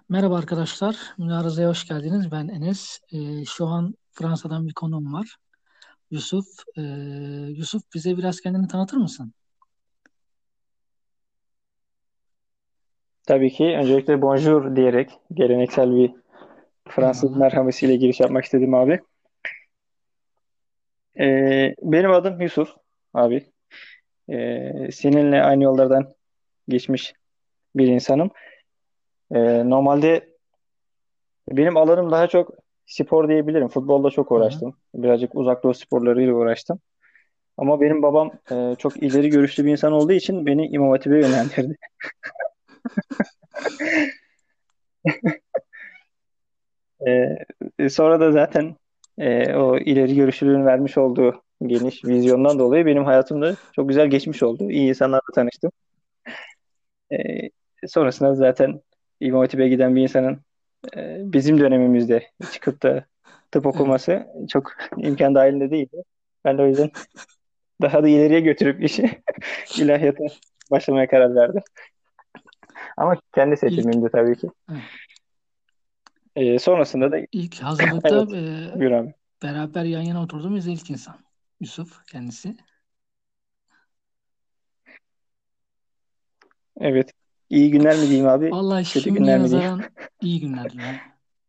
Merhaba arkadaşlar, Münazara'ya hoş geldiniz. Ben Enes. Şu an Fransa'dan bir konuğum var. Yusuf. Ee, Yusuf bize biraz kendini tanıtır mısın? Tabii ki öncelikle bonjour diyerek geleneksel bir Fransız Eyvallah. merhamesiyle giriş yapmak istedim abi. Benim adım Yusuf abi. Seninle aynı yollardan geçmiş bir insanım. Normalde benim alanım daha çok spor diyebilirim. Futbolda çok Hı hı. uğraştım. Birazcık uzak doğu sporlarıyla uğraştım. Ama benim babam çok ileri görüşlü bir insan olduğu için beni İmam Hatip'e yönlendirdi. Sonra da zaten o ileri görüşlülüğün vermiş olduğu geniş vizyondan dolayı benim hayatımda çok güzel geçmiş oldu. İyi insanlarla tanıştım. Sonrasında zaten İmam Hatip'e giden bir insanın bizim dönemimizde çıkıp da tıp Evet. okuması çok imkan dahilinde değildi. Ben de o yüzden daha da ileriye götürüp işi ilahiyata başlamaya karar verdim. Ama kendi İlk, seçimimdi tabii ki. evet. Sonrasında da İlk hazırlıkta evet, buyur abi. beraber yan yana oturduğumuz ilk insan. Yusuf kendisi. Evet. İyi günler mi diyeyim abi? Vallahi Kötü şimdiye günler mi diyeyim? nazaran iyi günlerdi be.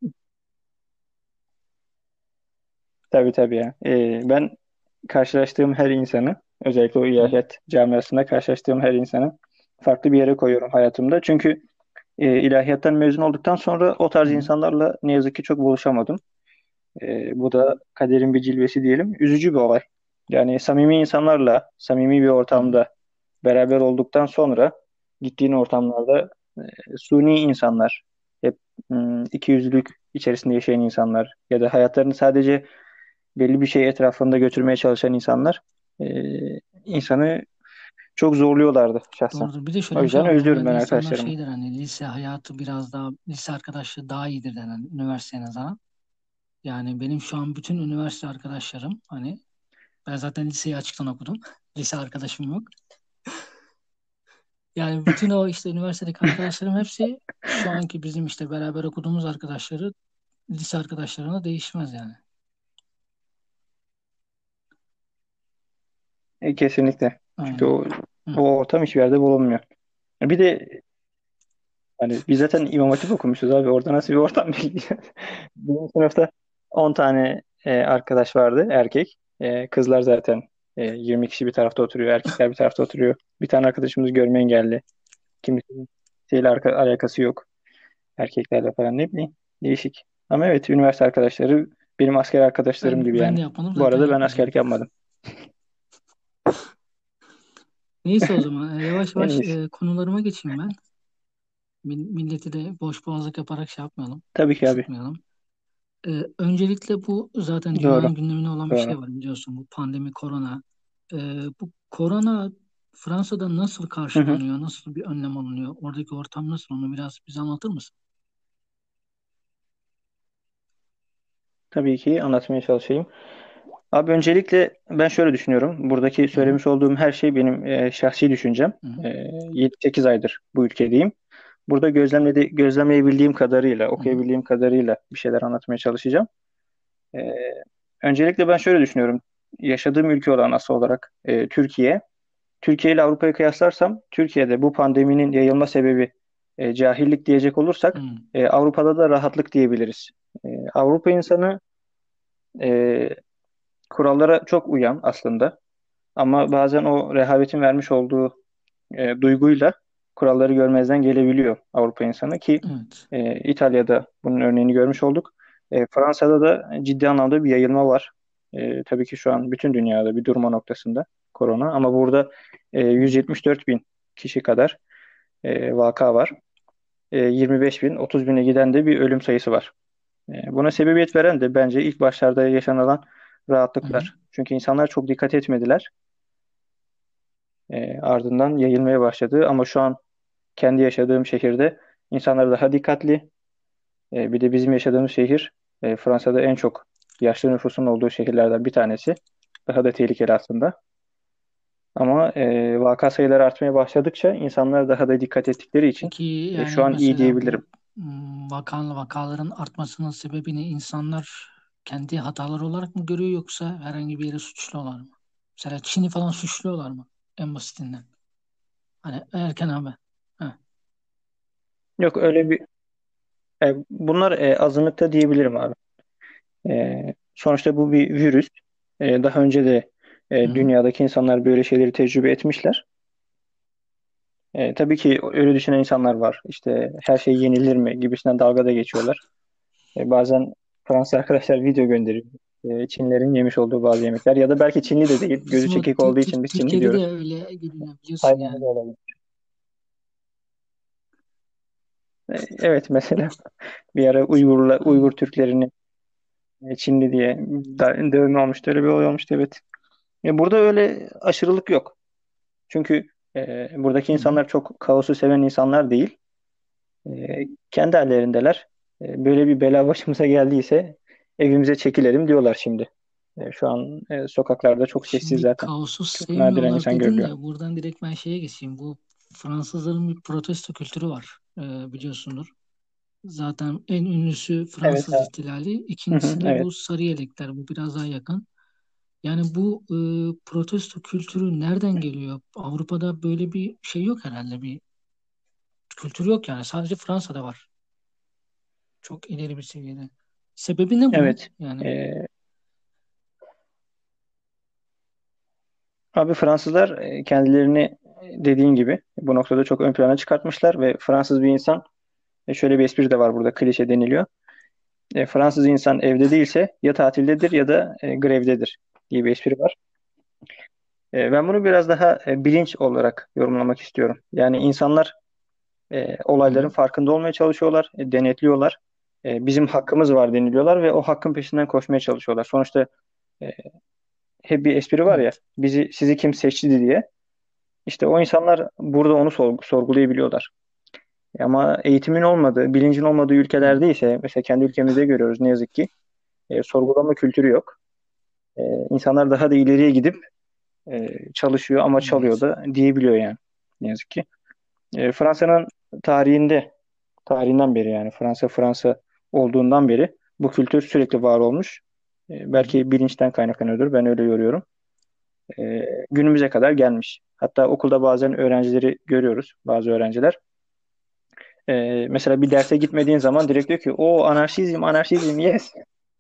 Tabii tabii ya. Ben karşılaştığım her insanı, özellikle o Hı hı. ilahiyat camiasında karşılaştığım her insanı farklı bir yere koyuyorum hayatımda. Çünkü ilahiyattan mezun olduktan sonra o Hı tarz hı. insanlarla ne yazık ki çok buluşamadım. Bu da kaderin bir cilvesi diyelim. Üzücü bir olay. Yani samimi insanlarla, samimi bir Hı hı. ortamda beraber olduktan sonra gittiğin ortamlarda suni insanlar, hep ikiyüzlülük içerisinde yaşayan insanlar ya da hayatlarını sadece belli bir şey etrafında götürmeye çalışan insanlar insanı çok zorluyorlardı şahsen. Doğrudur. Bir de O şöyle bir şey yüzden var. özlüyorum Normalde ben insanlar arkadaşlarımı. şeydir hani lise hayatı biraz daha lise arkadaşlığı daha iyidir denen üniversiteye nazaran. Yani benim şu an bütün üniversite arkadaşlarım hani ben zaten liseyi açıktan okudum. Lise arkadaşım yok. Yani bütün o işte üniversitedeki arkadaşlarım hepsi şu anki bizim işte beraber okuduğumuz arkadaşları lise arkadaşlarına değişmez yani. Kesinlikle. Çünkü Aynen. Hı. o ortam hiçbir yerde bulunmuyor. Bir de hani biz zaten İmam Hatip okumuşuz abi. Orada nasıl bir ortam bekleyeceğiz? Bizim sınıfta 10 tane arkadaş vardı erkek. Kızlar zaten 20 kişi bir tarafta oturuyor. Erkekler bir tarafta oturuyor. Bir tane arkadaşımız görme engelli. Kimisinin şeyle alakası yok. Erkeklerle falan ne bileyim. Değişik. Ama evet, üniversite arkadaşları benim asker arkadaşlarım gibi Ben yani. de yapmadım Bu zaten arada ben yapmayacağım. askerlik yapmadım. Neyse o zaman yavaş En yavaş iyisi. konularıma geçeyim ben. Milleti de boş boğazlık yaparak şey yapmayalım. Tabii ki abi. Sıkmayalım. Öncelikle bu zaten Doğru. dünyanın gündeminde olan bir Doğru. şey var biliyorsun. Bu pandemi, korona. Bu korona Fransa'da nasıl Hı hı. karşılanıyor? Nasıl bir önlem alınıyor? Oradaki ortam nasıl? Onu biraz bize anlatır mısın? Tabii ki anlatmaya çalışayım. Abi öncelikle ben şöyle düşünüyorum. Buradaki Hı hı, söylemiş olduğum her şey benim şahsi düşüncem. hı hı, 7-8 aydır bu ülkedeyim. Burada gözlemleyebildiğim kadarıyla, hı hı, okuyabildiğim kadarıyla bir şeyler anlatmaya çalışacağım. E, Öncelikle ben şöyle düşünüyorum. Yaşadığım ülke olan asıl olarak Türkiye. Türkiye ile Avrupa'yı kıyaslarsam Türkiye'de bu pandeminin yayılma sebebi cahillik diyecek hı olursak Avrupa'da da rahatlık diyebiliriz. Avrupa insanı e, kurallara çok uyan aslında. Ama bazen o rehavetin vermiş olduğu duyguyla kuralları görmezden gelebiliyor Avrupa insanı ki evet. İtalya'da bunun örneğini görmüş olduk. Fransa'da da ciddi anlamda bir yayılma var. Tabii ki şu an bütün dünyada bir durma noktasında korona ama burada Hı hı, 174 bin kişi kadar vaka var. 25 bin, 30 bine giden de bir ölüm sayısı var. Buna sebebiyet veren de bence ilk başlarda yaşanılan hı hı. rahatlıklar. Çünkü insanlar çok dikkat etmediler. Ardından yayılmaya başladı. Ama şu an kendi yaşadığım şehirde insanlar daha dikkatli. Bir de bizim yaşadığımız şehir Fransa'da en çok yaşlı nüfusun olduğu şehirlerden bir tanesi. Daha da tehlikeli aslında. Ama vaka sayıları artmaya başladıkça insanlar daha da dikkat ettikleri için Peki şu yani an iyi mesela bu diyebilirim. vakaların artmasının sebebini insanlar kendi hataları olarak mı görüyor yoksa herhangi bir yere suçluyorlar mı? Mesela Çin'i falan suçluyorlar mı? En basitinden. Hani erken haber. Heh. Yok öyle bir bunlar azınlıkta diyebilirim abi. Sonuçta bu bir virüs. Daha önce de Hı hı. dünyadaki insanlar böyle şeyleri tecrübe etmişler. Tabii ki öyle düşünen insanlar var. İşte her şey yenilir mi gibisinden dalga da geçiyorlar. Bazen Fransız arkadaşlar video gönderiyor. Çinlerin yemiş olduğu bazı yemekler ya da belki Çinli de değil. Gözü Bizim o çekik olduğu için biz Çinli Türkiye'de de diyoruz. öyle görünüyor biliyorsun Tayvanlı yani. da olabilir. Evet mesela bir ara Uygur Aynen. Türklerini Çinli diye dövme olmuştu. Öyle bir olay olmuştu, evet. Burada öyle aşırılık yok. Çünkü buradaki Hı hı. insanlar çok kaosu seven insanlar değil. Kendi hallerindeler. Böyle bir bela başımıza geldiyse evimize çekilelim diyorlar şimdi. Şu an sokaklarda çok sessiz Şimdi zaten. kaosu Çok nadiren sevmiyorlar insan dedin görülüyor. de buradan direkt ben şeye geçeyim. Bu Fransızların bir protesto kültürü var, biliyorsundur. Zaten en ünlüsü Evet Fransız abi. ihtilali. Hı hı, İkincisi de evet. bu sarı yelekler. Bu biraz daha yakın. Yani bu protesto kültürü nereden geliyor? Avrupa'da böyle bir şey yok herhalde. Bir kültür yok yani. Sadece Fransa'da var. Çok ileri bir seviyede. Sebebi ne bunun? Evet. Yani E, Abi Fransızlar kendilerini dediğin gibi bu noktada çok ön plana çıkartmışlar ve Fransız bir insan şöyle bir espri de var, burada klişe deniliyor. Fransız insan evde değilse ya tatildedir ya da grevdedir diye bir espri var. Ben bunu biraz daha bilinç olarak yorumlamak istiyorum. Yani insanlar hı olayların hı, farkında olmaya çalışıyorlar, denetliyorlar. Bizim hakkımız var deniliyorlar ve o hakkın peşinden koşmaya çalışıyorlar. Sonuçta e, hep bir espri var ya, evet. sizi kim seçti diye. İşte o insanlar burada onu sorgulayabiliyorlar. Ama eğitimin olmadığı, bilincin olmadığı Hı hı, ülkelerde ise mesela kendi ülkemizde görüyoruz ne yazık ki sorgulama kültürü yok. İnsanlar daha da ileriye gidip çalışıyor ama çalıyor evet. da diyebiliyor yani. Ne yazık ki. Fransa'nın tarihinde, tarihinden beri, yani Fransa olduğundan beri bu kültür sürekli var olmuş. Hı hı, Belki bilinçten kaynaklanıyordur. Ben öyle yoruyorum. Günümüze kadar gelmiş. Hatta okulda bazen öğrencileri görüyoruz. Bazı öğrenciler. Mesela bir derse gitmediğin zaman direkt diyor ki o anarşizm, anarşizm, yes.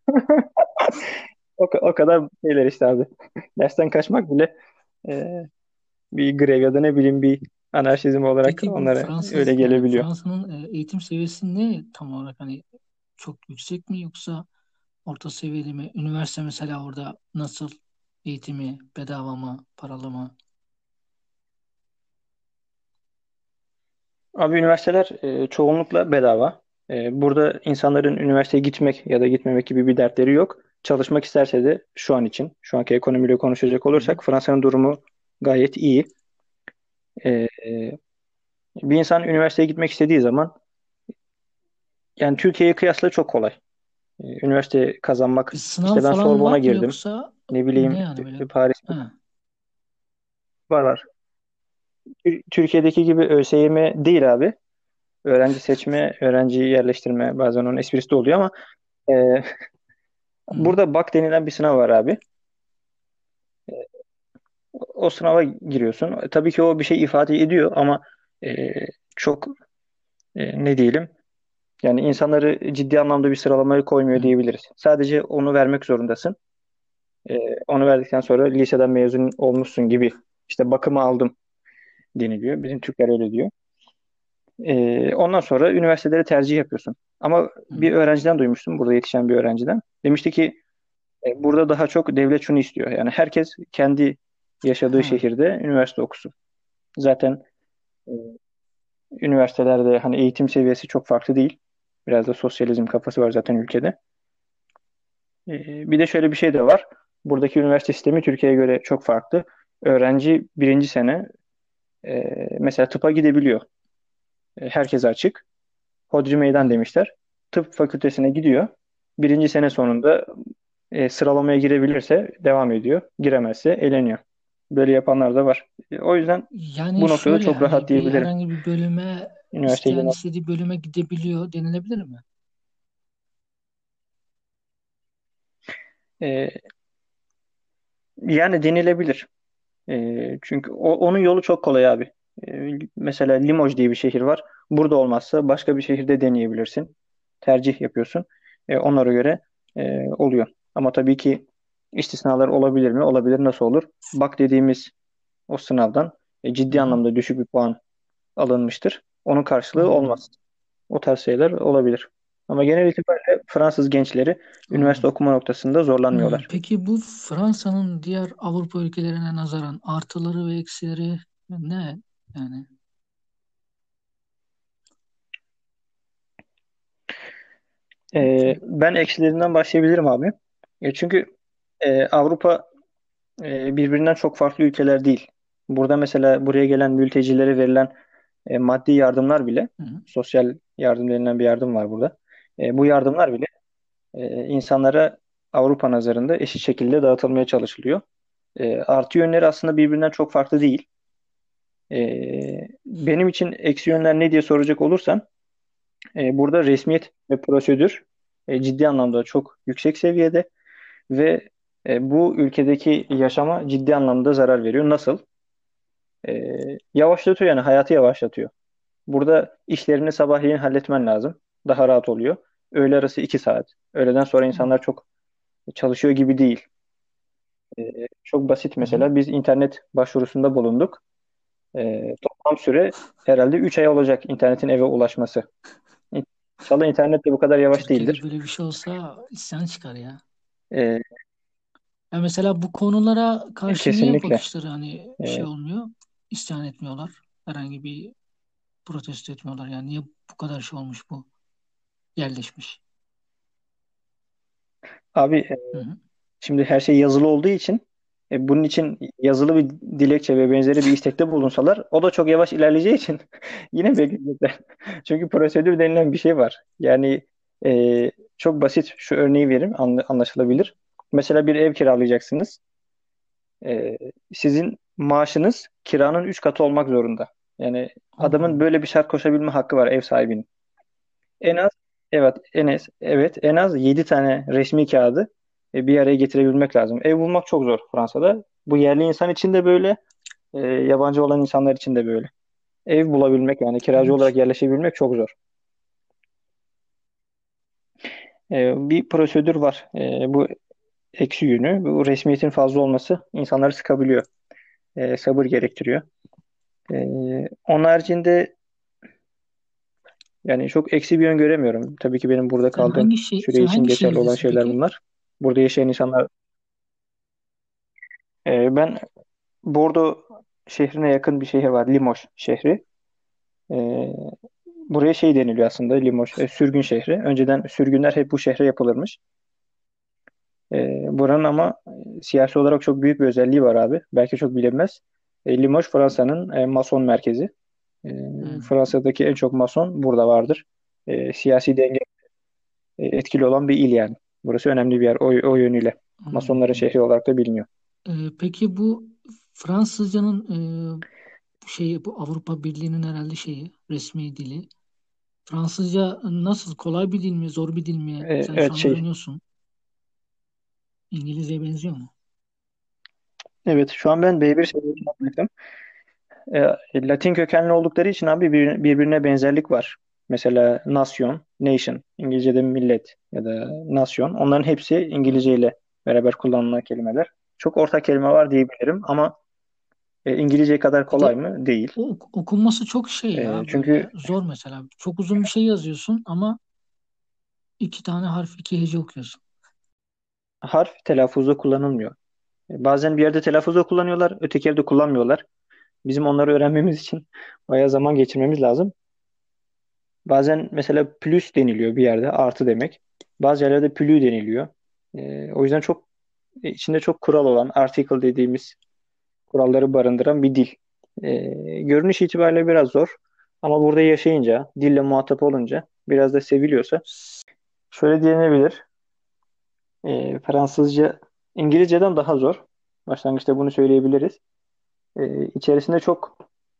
O kadar şeyler işte abi. Dersten kaçmak bile e, bir grev ya da ne bileyim bir anarşizm olarak Peki bu onlara öyle gelebiliyor. Fransa'nın eğitim seviyesi ne tam olarak, hani çok yüksek mi yoksa orta seviyeli mi? Üniversite mesela orada nasıl, eğitimi bedava mı, paralı mı? Abi üniversiteler çoğunlukla bedava. Burada insanların üniversiteye gitmek ya da gitmemek gibi bir dertleri yok. Çalışmak isterse de şu an için, şu anki ekonomiyle konuşacak Hı hı. olursak Fransa'nın durumu gayet iyi. E, Bir insan üniversiteye gitmek istediği zaman yani Türkiye'ye kıyasla çok kolay. Üniversite Bir kazanmak, sınav işte ben falan var Sorbonne'a mı girdim. yoksa Ne ne bileyim yani böyle? Paris Ha. var var. Türkiye'deki gibi ÖSYM değil abi. Öğrenci seçme, öğrenci yerleştirme, bazen onun esprisi de oluyor ama e, Hı hı. burada BAK denilen bir sınav var abi. O sınava giriyorsun. Tabii ki o bir şey ifade ediyor ama e, çok ne diyelim, yani insanları ciddi anlamda bir sıralamaya koymuyor Hı. diyebiliriz. Sadece onu vermek zorundasın. Onu verdikten sonra liseden mezun olmuşsun gibi, işte bakımı aldım deniliyor. Bizim Türkler öyle diyor. Ondan sonra üniversitelere tercih yapıyorsun. Ama Hı. bir öğrenciden duymuştum, burada yetişen bir öğrenciden. Demişti ki burada daha çok devlet şunu istiyor. Yani herkes kendi yaşadığı Ha. şehirde üniversite okusun. Zaten e, üniversitelerde hani eğitim seviyesi çok farklı değil. Biraz da sosyalizm kafası var zaten ülkede. Bir de şöyle bir şey de var. Buradaki üniversite sistemi Türkiye'ye göre çok farklı. Öğrenci birinci sene mesela tıpa gidebiliyor. Herkese açık. Hodri meydan Evet. demişler. Tıp fakültesine gidiyor. Birinci sene sonunda sıralamaya girebilirse devam ediyor. Giremezse eleniyor. Böyle yapanlar da var. O yüzden Yani bu noktada şöyle çok rahat hani bir diyebilirim. herhangi bir bölüme Üniversiteyi İsteyen istediği bölüme gidebiliyor denilebilir mi? e, yani denilebilir. Çünkü onun yolu çok kolay abi. Mesela Limoges diye bir şehir var. Burada olmazsa başka bir şehirde deneyebilirsin. Tercih yapıyorsun. Onlara göre oluyor. Ama tabii ki istisnalar olabilir mi? Olabilir. Nasıl olur? Bak dediğimiz o sınavdan Hı ciddi hı. anlamda düşük bir puan alınmıştır. Onun karşılığı Anladım. olmaz. O tarz şeyler olabilir. Ama genel itibariyle Fransız gençleri üniversite Anladım. okuma noktasında zorlanmıyorlar. Peki bu Fransa'nın diğer Avrupa ülkelerine nazaran artıları ve eksileri ne? Yani. Ben eksilerinden başlayabilirim abi. Çünkü Avrupa birbirinden çok farklı ülkeler değil. Burada mesela buraya gelen mültecilere verilen maddi yardımlar bile, Hı hı. sosyal yardım denilen bir yardım var burada. Bu yardımlar bile insanlara Avrupa nazarında eşit şekilde dağıtılmaya çalışılıyor. Artı yönleri aslında birbirinden çok farklı değil. Benim için eksi yönler ne diye soracak olursan, burada resmiyet ve prosedür ciddi anlamda çok yüksek seviyede ve bu ülkedeki yaşama ciddi anlamda zarar veriyor. Nasıl? Yavaşlatıyor, yani hayatı yavaşlatıyor. Burada işlerini sabahleyin halletmen lazım. Daha rahat oluyor. Öğle arası 2 saat. Öğleden sonra insanlar çok çalışıyor gibi değil. Çok basit, Hı hı. mesela biz internet başvurusunda bulunduk. Toplam süre herhalde 3 ay olacak internetin eve ulaşması. İnşallah internet de bu kadar yavaş Türkiye'de değildir. böyle bir şey olsa isyan çıkar ya. E, Ya mesela bu konulara karşı niye Kesinlikle. bakışları hani şey E, olmuyor? İsyan etmiyorlar. Herhangi bir protesto etmiyorlar. Yani niye bu kadar şey olmuş bu? Yerleşmiş. Abi, Hı hı. şimdi her şey yazılı olduğu için bunun için yazılı bir dilekçe ve benzeri bir istekte bulunsalar o da çok yavaş ilerleyeceği için yine bekleyecekler. Çünkü prosedür denilen bir şey var. Yani çok basit şu örneği vereyim, anlaşılabilir. Mesela bir ev kiralayacaksınız. E, Sizin maaşınız kiranın 3 katı olmak zorunda. Yani Allah adamın Allah. böyle bir şart koşabilme hakkı var, ev sahibinin. En az, evet, en az 7 tane resmi kağıdı bir araya getirebilmek lazım. Ev bulmak çok zor Fransa'da. Bu yerli insan için de böyle, yabancı olan insanlar için de böyle. Ev bulabilmek, yani kiracı olarak İlginç. yerleşebilmek çok zor. Bir prosedür var. Bu eksi yönü, bu resmiyetin fazla olması insanları sıkabiliyor. Sabır gerektiriyor. Onun haricinde yani çok eksi bir yön göremiyorum. Tabii ki benim burada kaldığım süre Sen için hangi geçerli olan şehirdesin şeyler peki? bunlar. Burada yaşayan insanlar, ben Bordo şehrine yakın bir şehir var. Limoges şehri. Ee, Buraya şey deniliyor aslında, Limoges sürgün şehri. Önceden sürgünler hep bu şehre yapılırmış. Buranın ama siyasi olarak çok büyük bir özelliği var abi. Belki çok bilinmez. Limoges Fransa'nın Mason merkezi. Hmm, Fransa'daki en çok Mason burada vardır. Siyasi denge etkili olan bir il yani. Burası önemli bir yer o yönüyle. Masonların anladım. şehri olarak da biliniyor. Peki bu Fransızcanın bu şeyi bu Avrupa Birliği'nin herhalde şeyi resmi dili. Fransızca nasıl kolay bir dil mi zor bir dil mi? Sen Evet, şu an şey, öğreniyorsun. İngilizceye benziyor mu? evet, şu an ben B1 seviyesine bakıyorum. Latin kökenli oldukları için abi birbirine benzerlik var. Mesela nation, İngilizce'de millet ya da nasyon. Onların hepsi İngilizce ile beraber kullanılan kelimeler. Çok ortak kelime var diyebilirim ama İngilizce kadar Bir kolay de mı? Değil. okunması çok şey ya Çünkü böyle zor mesela. Çok uzun bir şey yazıyorsun ama iki tane harf iki hece okuyorsun. harf telaffuzda kullanılmıyor. Bazen bir yerde telaffuzda kullanıyorlar, öteki yerde kullanmıyorlar. Bizim onları öğrenmemiz için bayağı zaman geçirmemiz lazım. Bazen mesela plus deniliyor bir yerde, artı demek. Bazı yerlerde plü deniliyor. O yüzden çok içinde çok kural olan, article dediğimiz kuralları barındıran bir dil. Görünüş itibariyle biraz zor. Ama burada yaşayınca, dille muhatap olunca biraz da seviliyorsa şöyle denebilir. Fransızca İngilizceden daha zor. Başlangıçta bunu söyleyebiliriz. İçerisinde çok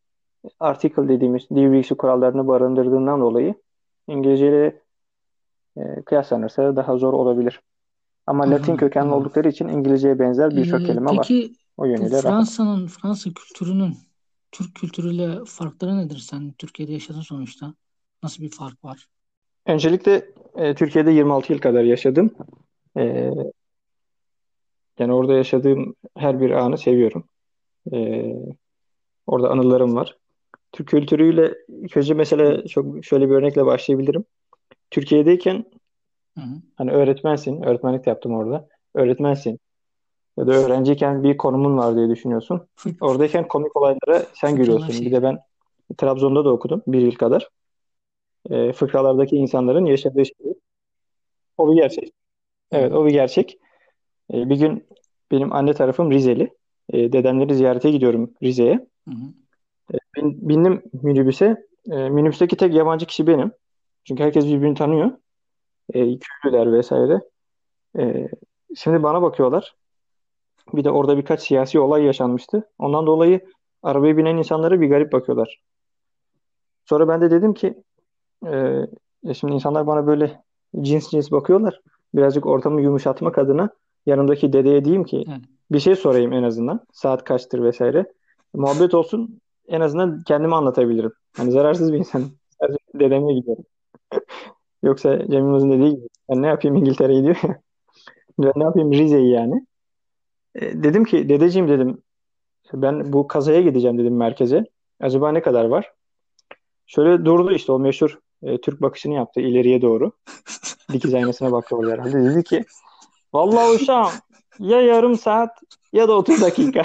article dediğimiz dil bilgisi kurallarını barındırdığından dolayı İngilizceyle kıyaslanırsa daha zor olabilir. Ama Latin Anladım, kökenli anladım. oldukları için İngilizceye benzer birçok kelime var. Peki O bu yönüyle rahat. Fransa kültürünün Türk kültürüyle farkları nedir? Sen Türkiye'de yaşadın sonuçta. Nasıl bir fark var? Öncelikle Türkiye'de 26 yıl kadar yaşadım. E, Yani orada yaşadığım her bir anı seviyorum. E, Orada anılarım var. Türk kültürüyle ilk önce mesela çok şöyle bir örnekle başlayabilirim. Türkiye'deyken Hı hı. hani öğretmensin, öğretmenlik de yaptım orada. Öğretmensin ya da öğrenciyken bir konumun var diye düşünüyorsun. Fık- Oradayken komik olayları sen Fıkralar görüyorsun. Bir de şehri. ben Trabzon'da da okudum bir yıl kadar. Fıkralardaki insanların yaşadığı şey. O bir gerçek. Hı Evet, hı. o bir gerçek. Bir gün benim anne tarafım Rizeli. Dedemleri ziyarete gidiyorum Rize'ye. Hı hı. Bindim minibüse. Minibüsteki tek yabancı kişi benim. Çünkü herkes birbirini tanıyor. Köylüler vesaire. E, Şimdi bana bakıyorlar. Bir de orada birkaç siyasi olay yaşanmıştı. Ondan dolayı arabaya binen insanlara bir garip bakıyorlar. Sonra ben de dedim ki e, şimdi insanlar bana böyle cins cins bakıyorlar. Birazcık ortamı yumuşatmak adına yanımdaki dedeye diyeyim ki Evet. bir şey sorayım en azından. Saat kaçtır vesaire. Muhabbet olsun, en azından kendimi anlatabilirim. Hani zararsız bir insanım. Sadece dedeme gidiyorum. Yoksa Cem Yılmaz'ın dediği gibi ben ne yapayım İngiltere'yi diyor ya. Ben ne yapayım Rize'yi yani. Dedim ki dedeciğim dedim ben bu kazaya gideceğim dedim merkeze. Acaba ne kadar var? Şöyle durdu işte o meşhur Türk bakışını yaptı ileriye doğru. Dikiz aynasına baktı orada herhalde. Dedi ki vallahi uşağım ya yarım saat ya da 30 dakika.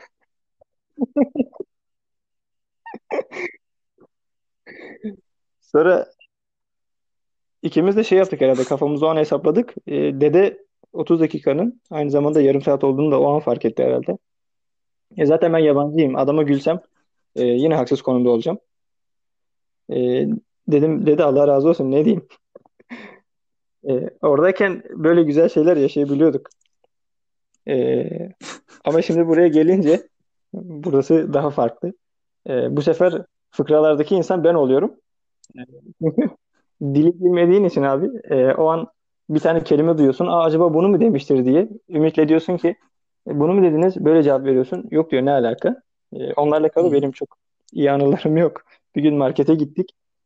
Sonra ikimiz de şey yaptık herhalde kafamızı o an hesapladık. Dede 30 dakikanın aynı zamanda yarım saat olduğunu da o an fark etti herhalde. Zaten ben yabancıyım. Adama gülsem yine haksız konumda olacağım. E, Dedim dede Allah razı olsun ne diyeyim. Oradayken böyle güzel şeyler yaşayabiliyorduk. E, Ama şimdi buraya gelince burası daha farklı. Bu sefer fıkralardaki insan ben oluyorum. Dili bilmediğin için abi o an bir tane kelime duyuyorsun. Aa, acaba bunu mu demiştir diye ümitle diyorsun ki bunu mu dediniz? Böyle cevap veriyorsun. Yok diyor ne alaka? Onlarla Hı alakalı hı. benim çok iyi anılarım yok. Bir gün markete gittik.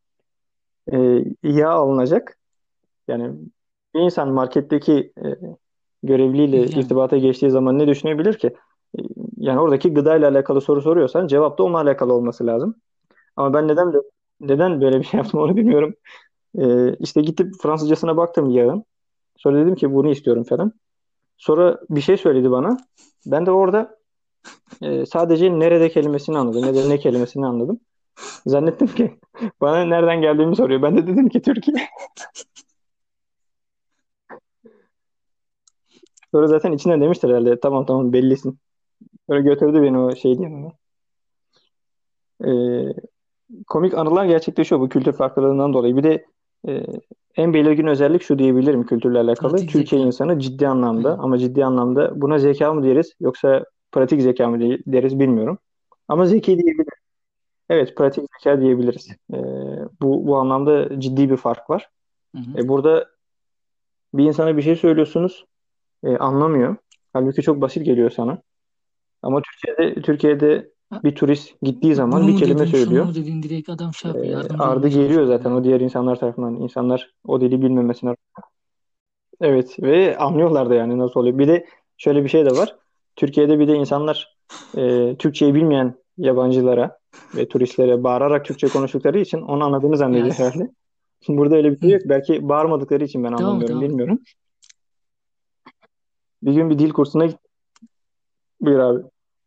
Yağ alınacak. Yani bir insan marketteki görevliyle Yani. irtibata geçtiği zaman ne düşünebilir ki? E, Yani oradaki gıdayla alakalı soru soruyorsan cevap da onunla alakalı olması lazım. Ama ben neden böyle bir şey yaptım onu bilmiyorum. İşte gidip Fransızcasına baktım yağın. Sonra dedim ki bunu istiyorum falan. Sonra bir şey söyledi bana. Ben de orada sadece nerede kelimesini anladım ya da ne kelimesini anladım. Zannettim ki bana nereden geldiğimi soruyor. Ben de dedim ki Türkiye. Sonra zaten içinden demiştir herhalde. Tamam tamam bellisin. Sonra götürdü beni o şey diye. Komik anılar gerçekleşiyor bu kültür farklılığından dolayı. Bir de e, en belirgin özellik şu diyebilirim kültürle alakalı. Pratik Türkiye zeka. insanı ciddi anlamda Aynen. ama ciddi anlamda buna zeka mı deriz yoksa pratik zeka mı deriz bilmiyorum. Ama zeki diyebiliriz. Evet, pratik zeka diyebiliriz. Bu anlamda ciddi bir fark var. Hı hı. Burada bir insana bir şey söylüyorsunuz, anlamıyor. Halbuki çok basit geliyor sana. Ama Türkiye'de Ha, bir turist gittiği zaman bunu bir mu kelime dedin, şunu söylüyor. mu dedin, direkt adam şey yapıyor, yardımcı Ardı olmaya geliyor çalışıyor zaten yani. o diğer insanlar tarafından. İnsanlar o dili bilmemesine. Evet ve anlıyorlar da yani nasıl oluyor. Bir de şöyle bir şey de var. Türkiye'de bir de insanlar Türkçeyi bilmeyen yabancılara ve turistlere bağırarak Türkçe konuştukları için onu anladığını Ya, zannediyor herhalde. Burada öyle bir şey hı. yok. Belki bağırmadıkları için ben Devam et, anlamıyorum devam et. bilmiyorum. Bir gün bir dil kursuna buyur abi.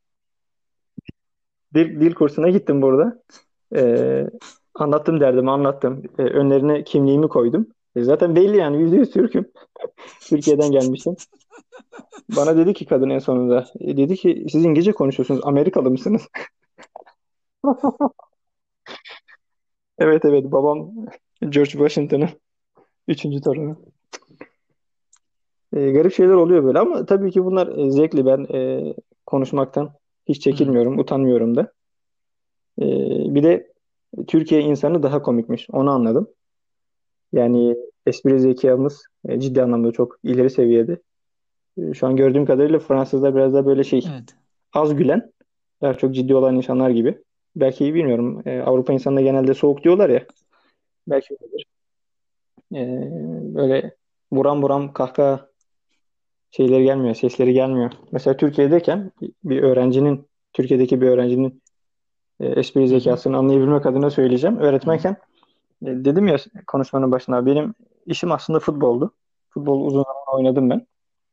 Dil kursuna gittim burada. E, Anlattım derdimi anlattım. Önlerine kimliğimi koydum. Zaten belli yani %100 Türk'üm. Türkiye'den gelmişim. Bana dedi ki kadın en sonunda. Dedi ki siz İngilizce konuşuyorsunuz. Amerikalı mısınız? Evet evet babam George Washington'ın üçüncü torunu. Garip şeyler oluyor böyle ama tabii ki bunlar zevkli. Ben konuşmaktan hiç Hı. çekinmiyorum, utanmıyorum da. E, Bir de Türkiye insanı daha komikmiş. Onu anladım. Yani espri zekamız ciddi anlamda çok ileri seviyede. Şu an gördüğüm kadarıyla Fransızlar biraz daha böyle şey, Evet. az gülen, daha çok ciddi olan insanlar gibi. Belki bilmiyorum. Avrupa insanına genelde soğuk diyorlar ya. Belki e, böyle buram buram kahkaha şeyleri gelmiyor, sesleri gelmiyor. Mesela Türkiye'deyken Türkiye'deki bir öğrencinin espri Hı hı. zekasını anlayabilmek adına söyleyeceğim. Hı hı. Öğretmenken dedim ya konuşmanın başına, benim işim aslında futboldu. Futbol uzun zaman oynadım ben.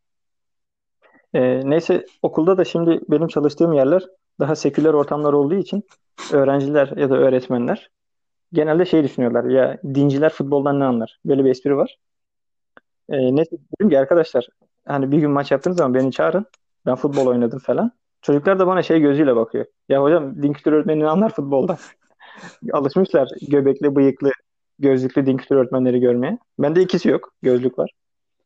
Neyse okulda da şimdi benim çalıştığım yerler daha seküler ortamlar olduğu için öğrenciler ya da öğretmenler genelde şey düşünüyorlar ya, dinciler futboldan ne anlar? Böyle bir espri var. Neyse dedim ki arkadaşlar, hani bir gün maç yaptığınız zaman beni çağırın. Ben futbol oynadım falan. Çocuklar da bana şey gözüyle bakıyor. Ya hocam, din kültürü öğretmeni ne anlar futboldan? Alışmışlar göbekli, bıyıklı, gözlüklü din kültürü öğretmenleri görmeye. Bende ikisi yok. Gözlük var.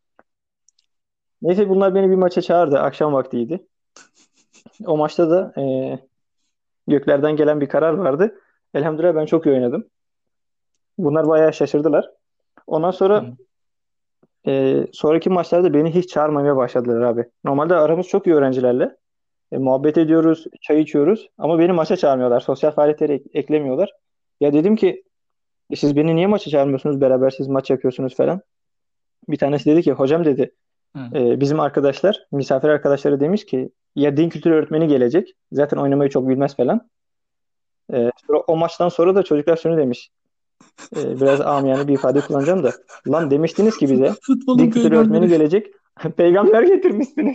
Neyse bunlar beni bir maça çağırdı. Akşam vaktiydi. O maçta da göklerden gelen bir karar vardı. Elhamdülillah ben çok iyi oynadım. Bunlar bayağı şaşırdılar. Ondan sonra Hı. sonraki maçlarda beni hiç çağırmamaya başladılar abi. Normalde aramız çok iyi öğrencilerle. Muhabbet ediyoruz, çay içiyoruz ama beni maça çağırmıyorlar. Sosyal faaliyetleri eklemiyorlar. Ya dedim ki siz beni niye maça çağırmıyorsunuz? Beraber siz maç yapıyorsunuz falan. Bir tanesi dedi ki hocam dedi, Hı. bizim arkadaşlar, misafir arkadaşları demiş ki ya din kültürü öğretmeni gelecek. Zaten oynamayı çok bilmez falan. Sonra o maçtan sonra da çocuklar şunu demiş. Biraz amiyane bir ifade kullanacağım da. Lan demiştiniz ki bize din Futbolun kültürü öğretmeni peygamberi. gelecek. Peygamber getirmişsiniz.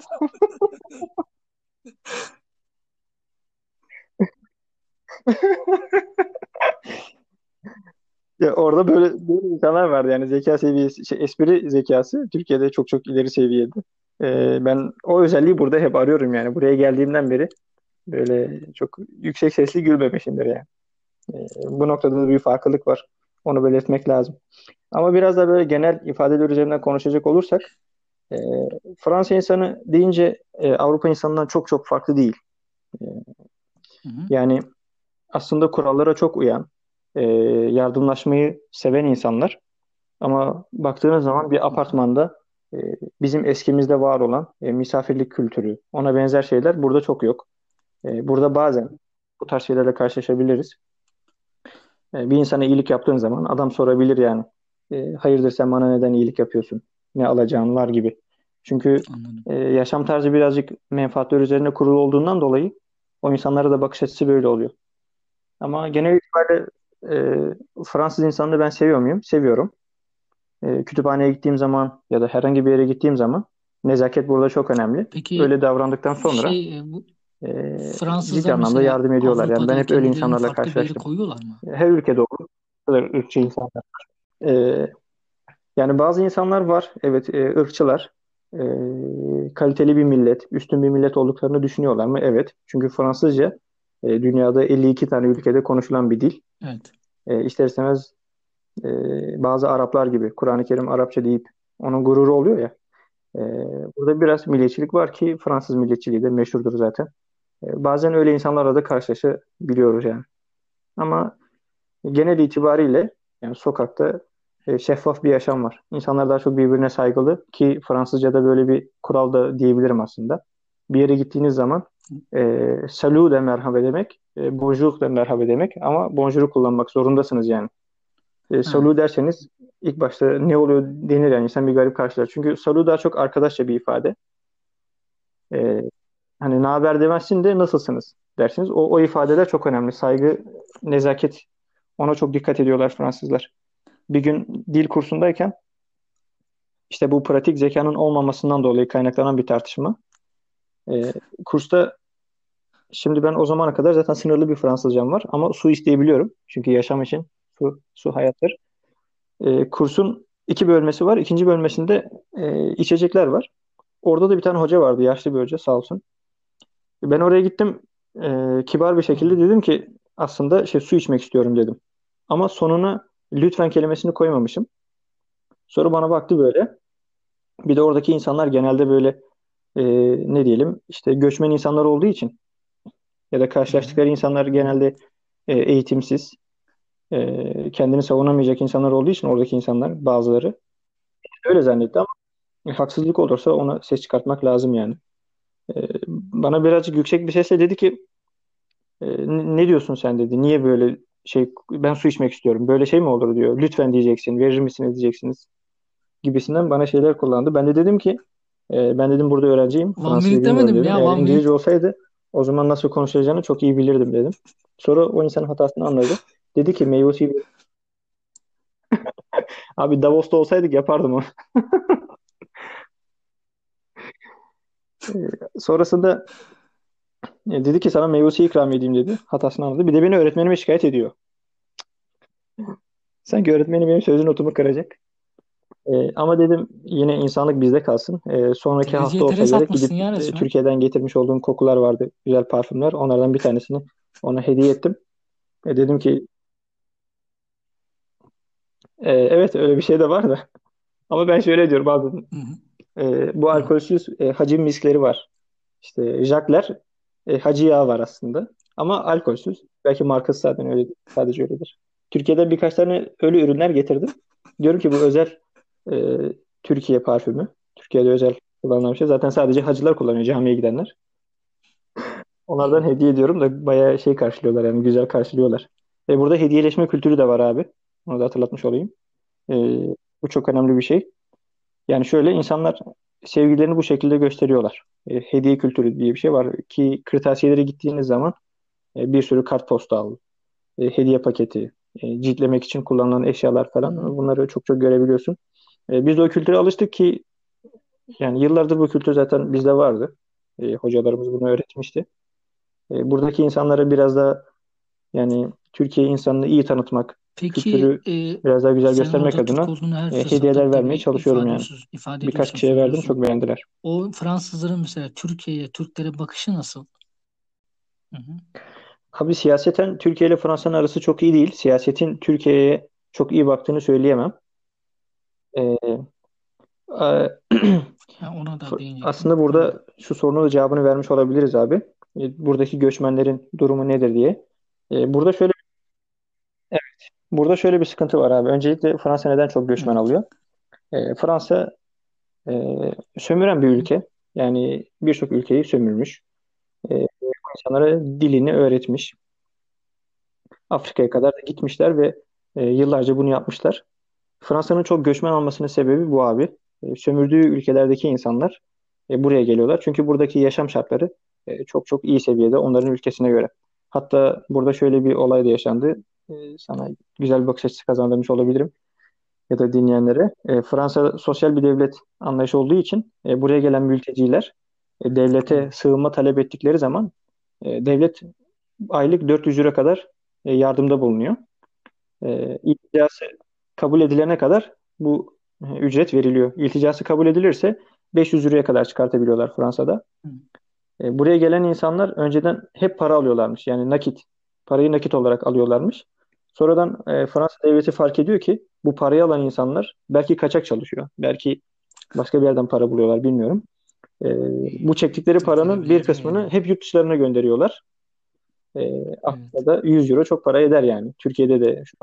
Ya orada böyle insanlar vardı yani, zeka seviyesi, espri zekası Türkiye'de çok çok ileri seviyede. Ben o özelliği burada hep arıyorum yani. Buraya geldiğimden beri böyle çok yüksek sesli gülmemişimdir yani. Bu noktada da bir farklılık var. Onu belirtmek lazım. Ama biraz da böyle genel ifadeler üzerinden konuşacak olursak, e, Fransa insanı deyince Avrupa insanından çok çok farklı değil. E, Hı hı. Yani aslında kurallara çok uyan, yardımlaşmayı seven insanlar. Ama baktığınız zaman bir Hı hı. apartmanda e, bizim eskimizde var olan misafirlik kültürü, ona benzer şeyler burada çok yok. Burada bazen bu tarz şeylerle karşılaşabiliriz. Bir insana iyilik yaptığın zaman adam sorabilir yani. Hayırdır sen bana neden iyilik yapıyorsun? Ne alacağın var gibi. Çünkü Anladım. yaşam tarzı birazcık menfaatler üzerine kurulu olduğundan dolayı o insanlara da bakış açısı böyle oluyor. Ama genel itibariyle Fransız insanını ben seviyor muyum? Seviyorum. Kütüphaneye gittiğim zaman ya da herhangi bir yere gittiğim zaman nezaket burada çok önemli. Peki Öyle davrandıktan sonra bu ciddi Fransızlar anlamda mesela yardım ediyorlar. Yani ben Avrupa'da hep öyle kendilerini insanlarla farklı bir yere karşılaştım. koyuyorlar mı? Her ülkede olur. Bu kadar ırkçı insanlar. E, Yani bazı insanlar var, evet, ırkçılar. Kaliteli bir millet, üstün bir millet olduklarını düşünüyorlar mı? Evet. Çünkü Fransızca dünyada 52 tane ülkede konuşulan bir dil. Evet. İster istemez bazı Araplar gibi Kur'an-ı Kerim Arapça deyip onun gururu oluyor ya. E, Burada biraz milliyetçilik var ki Fransız milliyetçiliği de meşhurdur zaten. Bazen öyle insanlarla da karşılaşabiliyoruz yani. Ama genel itibariyle yani sokakta şeffaf bir yaşam var. İnsanlar daha çok birbirine saygılı ki Fransızca'da böyle bir kural da diyebilirim aslında. Bir yere gittiğiniz zaman salut de merhaba demek, bonjour de merhaba demek ama bonjour'u kullanmak zorundasınız yani. Ha. Salut derseniz ilk başta ne oluyor denir yani, insan bir garip karşılar. Çünkü salut daha çok arkadaşça bir ifade. E, Hani ne haber demezsin de nasılsınız dersiniz. O ifadeler çok önemli. Saygı, nezaket, ona çok dikkat ediyorlar Fransızlar. Bir gün dil kursundayken işte bu pratik zekanın olmamasından dolayı kaynaklanan bir tartışma. Ee, Kursta şimdi ben o zamana kadar zaten sınırlı bir Fransızcam var ama su isteyebiliyorum. Çünkü yaşam için su hayattır. Kursun iki bölmesi var. İkinci bölmesinde içecekler var. Orada da bir tane hoca vardı, yaşlı bir hoca sağ olsun. Ben oraya gittim, kibar bir Hı. şekilde dedim ki aslında su içmek istiyorum dedim. Ama sonuna lütfen kelimesini koymamışım. Sonra bana baktı böyle. Bir de oradaki insanlar genelde böyle e, ne diyelim işte göçmen insanlar olduğu için ya da Hı hı. karşılaştıkları insanlar genelde eğitimsiz, kendini savunamayacak insanlar olduğu için oradaki insanlar bazıları öyle zannetti ama haksızlık olursa ona ses çıkartmak lazım yani. Bana birazcık yüksek bir sesle dedi ki ne diyorsun sen dedi. Niye böyle şey, ben su içmek istiyorum. Böyle şey mi olur diyor. Lütfen diyeceksin. Verir misiniz diyeceksiniz gibisinden bana şeyler kullandı. Ben de dedim ki ben dedim burada öğrenciyim. One Fransızca minute bilmiyorum demedim dedim. ya, Eğer one İngilizce minute. olsaydı o zaman nasıl konuşacağını çok iyi bilirdim dedim. Sonra o insanın hatasını anladı. Dedi ki meyve suyu. Abi Davos'ta olsaydık yapardım onu. Sonrasında dedi ki sana meyve suyu ikram edeyim dedi. Hatasını anladı. Bir de beni öğretmenime şikayet ediyor. Sanki öğretmenim benim sözün notumu kıracak. Ama dedim yine insanlık bizde kalsın. Sonraki hafta Dereceye olsa tere gerek satmışsın gidip ya resmen. Türkiye'den getirmiş olduğum kokular vardı. Güzel parfümler. Onlardan bir tanesini ona hediye ettim. Dedim ki evet öyle bir şey de var da. Ama ben şöyle diyorum abi. Hı hı. Bu Hı. alkolsüz hacim miskleri var. İşte Jack'ler hacı yağı var aslında. Ama alkolsüz. Belki markası zaten öyle, sadece öyledir. Türkiye'de birkaç tane öyle ürünler getirdim. Diyorum ki bu özel e, Türkiye parfümü. Türkiye'de özel kullanılan bir şey. Zaten sadece hacılar kullanıyor, camiye gidenler. Onlardan Hı. hediye ediyorum da bayağı şey karşılıyorlar yani güzel karşılıyorlar. Burada hediyeleşme kültürü de var abi. Onu da hatırlatmış olayım. E, Bu çok önemli bir şey. Yani şöyle insanlar sevgilerini bu şekilde gösteriyorlar. Hediye kültürü diye bir şey var ki kırtasiyelere gittiğiniz zaman bir sürü kartpostal, hediye paketi, ciltlemek için kullanılan eşyalar Hı falan hı. bunları çok çok görebiliyorsun. Biz de o kültüre alıştık ki yani yıllardır bu kültür zaten bizde vardı. Hocalarımız bunu öğretmişti. Buradaki insanlara biraz da yani Türkiye insanını iyi tanıtmak, Peki kültürü biraz daha güzel senin göstermek orada Türk adına olduğunu her fırsatta hediyeler vermeye tabii çalışıyorum yani. ifade Birkaç ediyorsun, kişiye verdim, söylüyorsun. çok beğendiler. O Fransızların mesela Türkiye'ye, Türklere bakışı nasıl? Hı hı. Abi siyaseten Türkiye ile Fransa'nın arası çok iyi değil. Siyasetin Türkiye'ye çok iyi baktığını söyleyemem. Ee, a- Ha, ona da değinecektim. Aslında Pardon. burada şu sorunun da cevabını vermiş olabiliriz abi. Buradaki göçmenlerin durumu nedir diye. Burada şöyle bir sıkıntı var abi. Öncelikle Fransa neden çok göçmen Evet. alıyor? Fransa sömüren bir Hı hı. ülke. Yani birçok ülkeyi sömürmüş. Bu insanlara dilini öğretmiş. Afrika'ya kadar da gitmişler ve yıllarca bunu yapmışlar. Fransa'nın çok göçmen almasının sebebi bu abi. Sömürdüğü ülkelerdeki insanlar buraya geliyorlar. Çünkü buradaki yaşam şartları çok çok iyi seviyede onların ülkesine göre. Hatta burada şöyle bir olay da yaşandı. Sana güzel bir bakış açısı kazandırmış olabilirim ya da dinleyenlere. Fransa sosyal bir devlet anlayışı olduğu için buraya gelen mülteciler devlete Evet. sığınma talep ettikleri zaman devlet aylık 400 euro kadar yardımda bulunuyor. İlticası kabul edilene kadar bu ücret veriliyor. İlticası kabul edilirse 500 euroya kadar çıkartabiliyorlar Fransa'da. Hı. Buraya gelen insanlar önceden hep para alıyorlarmış. Yani nakit. Parayı nakit olarak alıyorlarmış. Sonradan Fransa devleti fark ediyor ki bu parayı alan insanlar belki kaçak çalışıyor. Belki başka bir yerden para buluyorlar bilmiyorum. E, Bu çektikleri paranın bir Kurtarabileceğim kısmını yani. hep yurt dışlarına gönderiyorlar. Evet. Aslında da 100 euro çok para eder yani. Türkiye'de de şu an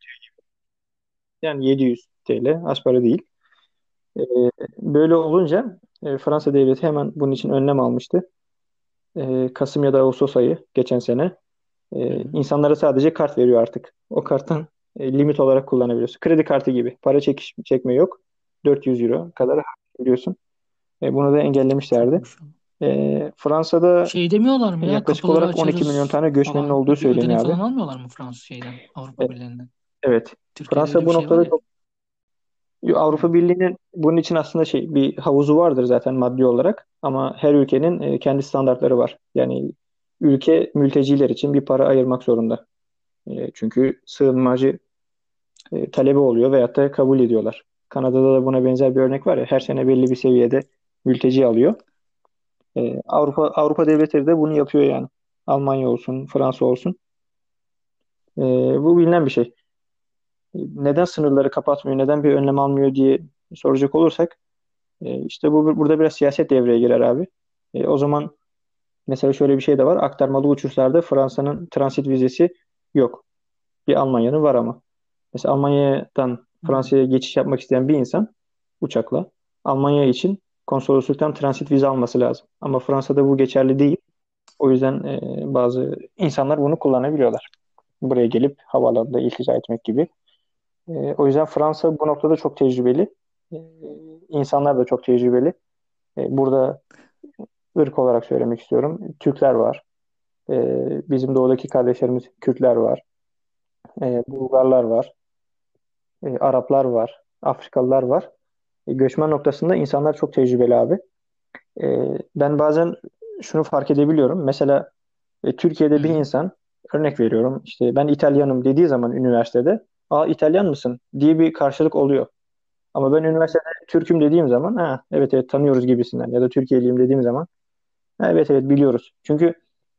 yani 700 TL az para değil. E, Böyle olunca Fransa devleti hemen bunun için önlem almıştı. Kasım ya da Ağustos ayı geçen sene Hı hı. insanlara sadece kart veriyor artık. O karttan limit olarak kullanabiliyorsun. Kredi kartı gibi. Para çekme yok. 400 euro kadar harcayabiliyorsun. Bunu da engellemişlerdi. Çokmuş. Fransa'da Şey demiyorlar mı ya, yaklaşık kapıları olarak 12 milyon açarız tane göçmenin falan, olduğu bir ödenek söyleniyor falan abi. almıyorlar mı Fransız şeyden, E, Avrupa Birliği'nden? evet. Türkiye'de öyle Fransa bir bu şey var noktada ya. çok Avrupa Evet. Birliği'nin bunun için aslında şey bir havuzu vardır zaten maddi olarak ama her ülkenin kendi standartları var. Yani ülke mülteciler için bir para ayırmak zorunda. Çünkü sığınmacı talebi oluyor veyahut da kabul ediyorlar. Kanada'da da buna benzer bir örnek var ya her sene belli bir seviyede mülteci alıyor. Avrupa devletleri de bunu yapıyor yani. Almanya olsun, Fransa olsun. E, Bu bilinen bir şey. Neden sınırları kapatmıyor, neden bir önlem almıyor diye soracak olursak işte burada biraz siyaset devreye girer abi. O zaman Mesela şöyle bir şey de var. Aktarmalı uçuşlarda Fransa'nın transit vizesi yok. Bir Almanya'nın var ama. Mesela Almanya'dan Hmm. Fransa'ya geçiş yapmak isteyen bir insan uçakla Almanya için konsolosluktan transit vize alması lazım. Ama Fransa'da bu geçerli değil. O yüzden bazı insanlar bunu kullanabiliyorlar. Buraya gelip havaalanında iltica etmek gibi. O yüzden Fransa bu noktada çok tecrübeli. E, insanlar da çok tecrübeli. Burada ırk olarak söylemek istiyorum. Türkler var. Bizim doğudaki kardeşlerimiz Kürtler var. Bulgarlar var. Araplar var. Afrikalılar var. Göçmen noktasında insanlar çok tecrübeli abi. Ben bazen şunu fark edebiliyorum. Mesela Hı Türkiye'de bir hı. insan örnek veriyorum işte ben İtalyanım dediği zaman üniversitede İtalyan mısın diye bir karşılık oluyor. Ama ben üniversitede Türk'üm dediğim zaman ha, evet evet tanıyoruz gibisinden ya da Türkiye'liyim dediğim zaman ha, evet evet biliyoruz. Çünkü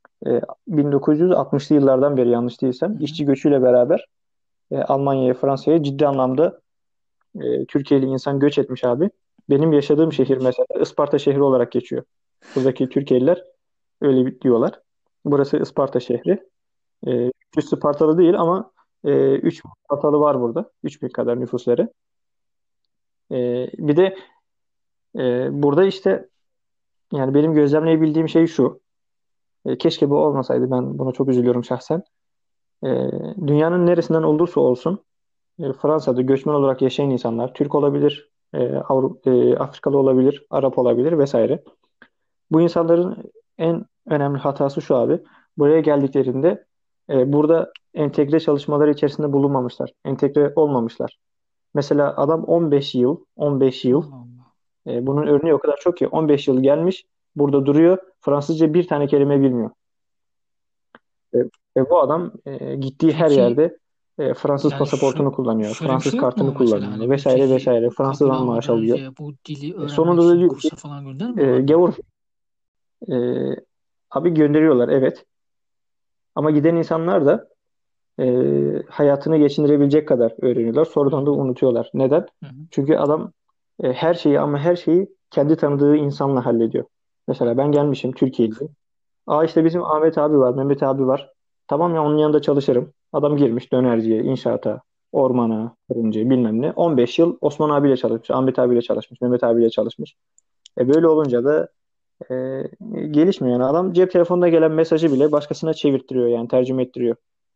1960'lı yıllardan beri yanlış değilsem Hı hı. işçi göçüyle beraber Almanya'ya, Fransa'ya ciddi anlamda Türkiye'li insan göç etmiş abi. Benim yaşadığım şehir İlginç. mesela Isparta şehri olarak geçiyor. Buradaki Türkiye'liler öyle diyorlar. Burası Isparta şehri. 300 Spartalı değil ama 3 Spartalı var burada. 3000 kadar nüfusları. Bir de burada işte yani benim gözlemleyebildiğim şey şu. Keşke bu olmasaydı. Ben buna çok üzülüyorum şahsen. E, Dünyanın neresinden olursa olsun Fransa'da göçmen olarak yaşayan insanlar Türk olabilir, Afrikalı olabilir, Arap olabilir vesaire. Bu insanların en önemli hatası şu abi. Buraya geldiklerinde burada entegre çalışmaları içerisinde bulunmamışlar. Entegre olmamışlar. Mesela adam 15 yıl Allah Allah. bunun örneği o kadar çok ki 15 yıl gelmiş burada duruyor. Fransızca bir tane kelime bilmiyor. E, bu adam gittiği her Peki yerde Fransız yani pasaportunu kullanıyor. şöyle bir Fransız şey yok kartını mu mesela kullanıyor hani vesaire mülteci vesaire. kabul Fransızdan maaş almadan alıyor. önce bu dili öğrenmek Sonunda da için diyor ki kursa falan göndermiyorlar mı? gavur abi gönderiyorlar evet. Ama giden insanlar da hayatını geçindirebilecek kadar öğreniyorlar. Hı Sonradan da hı. unutuyorlar. Neden? Hı hı. Çünkü adam her şeyi ama her şeyi kendi tanıdığı insanla hallediyor. Mesela ben gelmişim Türkiye'li. İşte bizim Ahmet abi var, Mehmet abi var. Tamam ya onun yanında çalışırım. Adam girmiş dönerciye, inşaata, ormana, fırıncı bilmem ne. 15 yıl Osman abiyle çalışmış, Ahmet abiyle çalışmış, Mehmet abiyle çalışmış. Böyle olunca da e, gelişmiyor. Yani adam cep telefonuna gelen mesajı bile başkasına çevirttiriyor yani tercüme ettiriyor.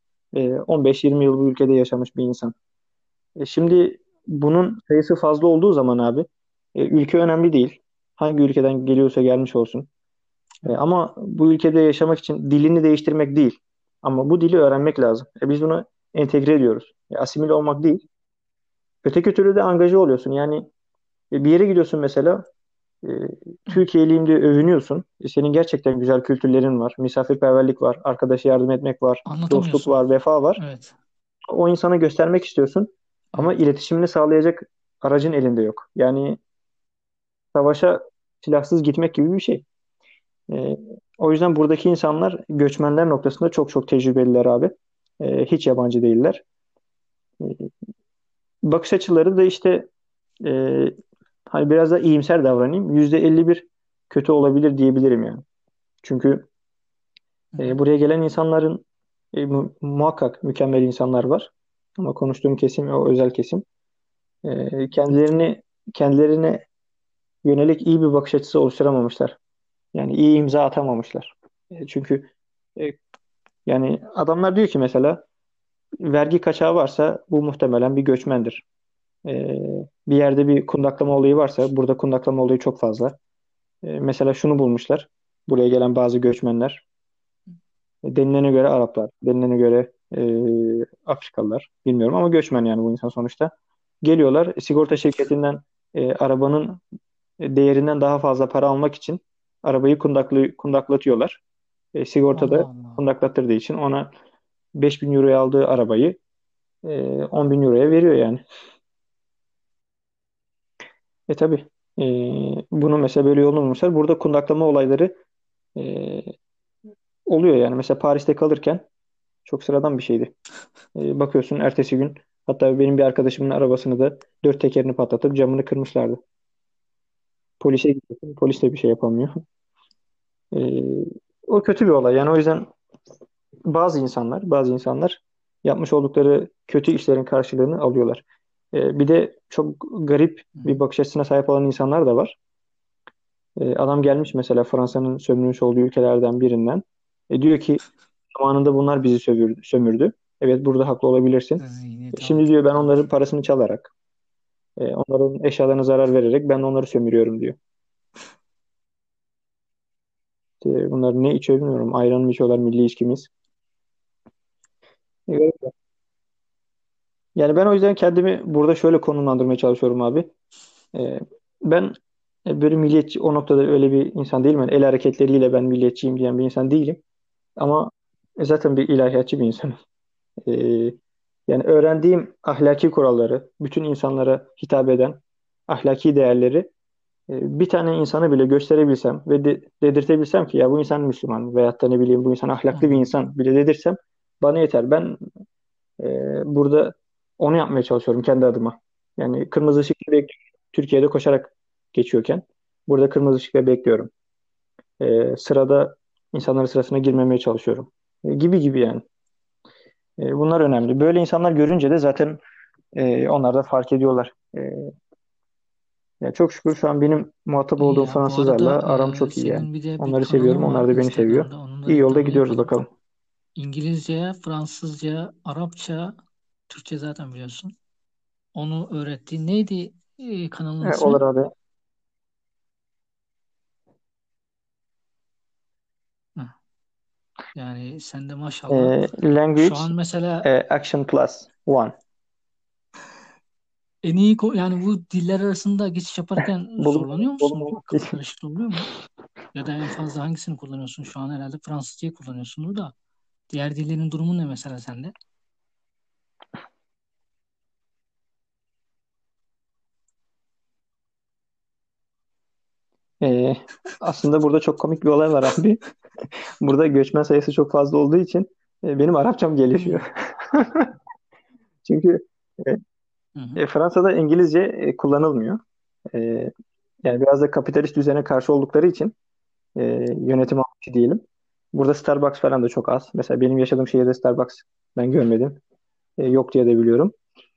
15-20 yıl bu ülkede yaşamış bir insan. Şimdi bunun sayısı fazla olduğu zaman abi ülke önemli değil. Hangi ülkeden geliyorsa gelmiş olsun. Evet. Ama bu ülkede yaşamak için dilini değiştirmek değil. Ama bu dili öğrenmek lazım. Biz bunu entegre ediyoruz. Asimile olmak değil. Öteki türlü de angaja oluyorsun. Yani bir yere gidiyorsun mesela e, Evet. Türkiye'liyim diye övünüyorsun. Senin gerçekten güzel kültürlerin var. Misafirperverlik var. Arkadaşa yardım etmek var. Dostluk Anlatamıyorsun. var. Vefa var. Evet. O insana göstermek istiyorsun. Ama Evet. iletişimini sağlayacak aracın elinde yok. Yani savaşa silahsız gitmek gibi bir şey. E, O yüzden buradaki insanlar göçmenler noktasında çok çok tecrübeliler abi. Hiç yabancı değiller. E, Bakış açıları da işte e, hani biraz da iyimser davranayım. %51 kötü olabilir diyebilirim yani. Çünkü Hı hı. buraya gelen insanların muhakkak mükemmel insanlar var. Ama konuştuğum kesim o özel kesim. Evet. Kendilerine yönelik iyi bir bakış açısı oluşturamamışlar. Yani iyi imza atamamışlar. Çünkü e, yani adamlar diyor ki mesela vergi kaçağı varsa bu muhtemelen bir göçmendir. Bir yerde bir kundaklama olayı varsa burada kundaklama olayı çok fazla. Mesela şunu bulmuşlar. Buraya gelen bazı göçmenler denilene göre Araplar, denilene göre Afrikalılar bilmiyorum ama göçmen yani bu insan sonuçta. Geliyorlar sigorta şirketinden arabanın değerinden daha fazla para almak için arabayı kundaklatıyorlar. Sigortada Allah Allah. kundaklattırdığı için ona 5.000 euroya aldığı arabayı 10 bin euroya veriyor yani. Tabii. Bunu mesela böyle yolunu bulmuşlar. Burada kundaklama olayları e, oluyor yani. Mesela Paris'te kalırken çok sıradan bir şeydi. Bakıyorsun ertesi gün hatta benim bir arkadaşımın arabasını da dört tekerini patlatıp camını kırmışlardı. Polise gidiyorsun. Polis de bir şey yapamıyor. E, o kötü bir olay. Yani o yüzden bazı insanlar yapmış oldukları kötü işlerin karşılığını alıyorlar. Bir de çok garip Hı bir hı. bakış açısına sahip olan insanlar da var. Adam gelmiş mesela Fransa'nın sömürmüş olduğu ülkelerden birinden. Diyor ki zamanında bunlar bizi sömürdü. Evet, burada haklı olabilirsin. Zihniyeti Şimdi diyor ben onların almış. parasını çalarak, onların eşyalarına zarar vererek ben de onları sömürüyorum diyor. Bunlar ne içiyor bilmiyorum. Ayran mı içiyorlar, milli içkimiz. Evet. Yani ben o yüzden kendimi burada şöyle konumlandırmaya çalışıyorum abi. E, Ben böyle milliyetçi, o noktada öyle bir insan değilim. Yani el hareketleriyle ben milliyetçiyim diyen bir insan değilim. Ama zaten bir ilahiyatçı bir insanım. E, Yani öğrendiğim ahlaki kuralları, bütün insanlara hitap eden ahlaki değerleri bir tane insana bile gösterebilsem ve dedirtebilsem ki ya bu insan Müslüman veyahut da ne bileyim bu insan Hı ahlaklı bir hı. insan bile dedirsem bana yeter. Ben burada onu yapmaya çalışıyorum kendi adıma. Yani kırmızı ışıkta bekliyorum. Türkiye'de koşarak geçiyorken burada kırmızı ışıkta bekliyorum. Sırada insanların sırasına girmemeye çalışıyorum. Gibi gibi yani. Bunlar önemli. Böyle insanlar görünce de zaten onlar da fark ediyorlar. Ya çok şükür şu an benim muhatap İyi olduğum ya. Bu Fransızlarla arada aram çok iyi yani. senin bir de bir Onları seviyorum, kanalın var onlar da beni seviyor. Instagram'da. Onun da İyi yolda reklamını gidiyoruz yapalım. bakalım. İngilizce, Fransızca, Arapça, Türkçe zaten biliyorsun. Onu öğretti. Neydi kanalın Olur ismi? abi. Hı. Yani sen de maşallah. Şu Language an mesela Action Plus One. en iyi yani bu diller arasında geçiş yaparken zorlanıyor musun? Bulunmamak Kafa için. karışıklığı oluyor mu? Ya da en fazla hangisini kullanıyorsun? Şu an herhalde Fransızcayı kullanıyorsundur da. Diğer dillerin durumu ne mesela sende? Ee, Aslında burada çok komik bir olay var abi. Burada göçmen sayısı çok fazla olduğu için benim Arapçam gelişiyor. Hmm. Çünkü e, Hı hı. Fransa'da İngilizce kullanılmıyor. E, Yani biraz da kapitalist düzene karşı oldukları için e, yönetim almışı diyelim. Burada Starbucks falan da çok az. Mesela benim yaşadığım şehirde Starbucks ben görmedim. Yok diye de biliyorum.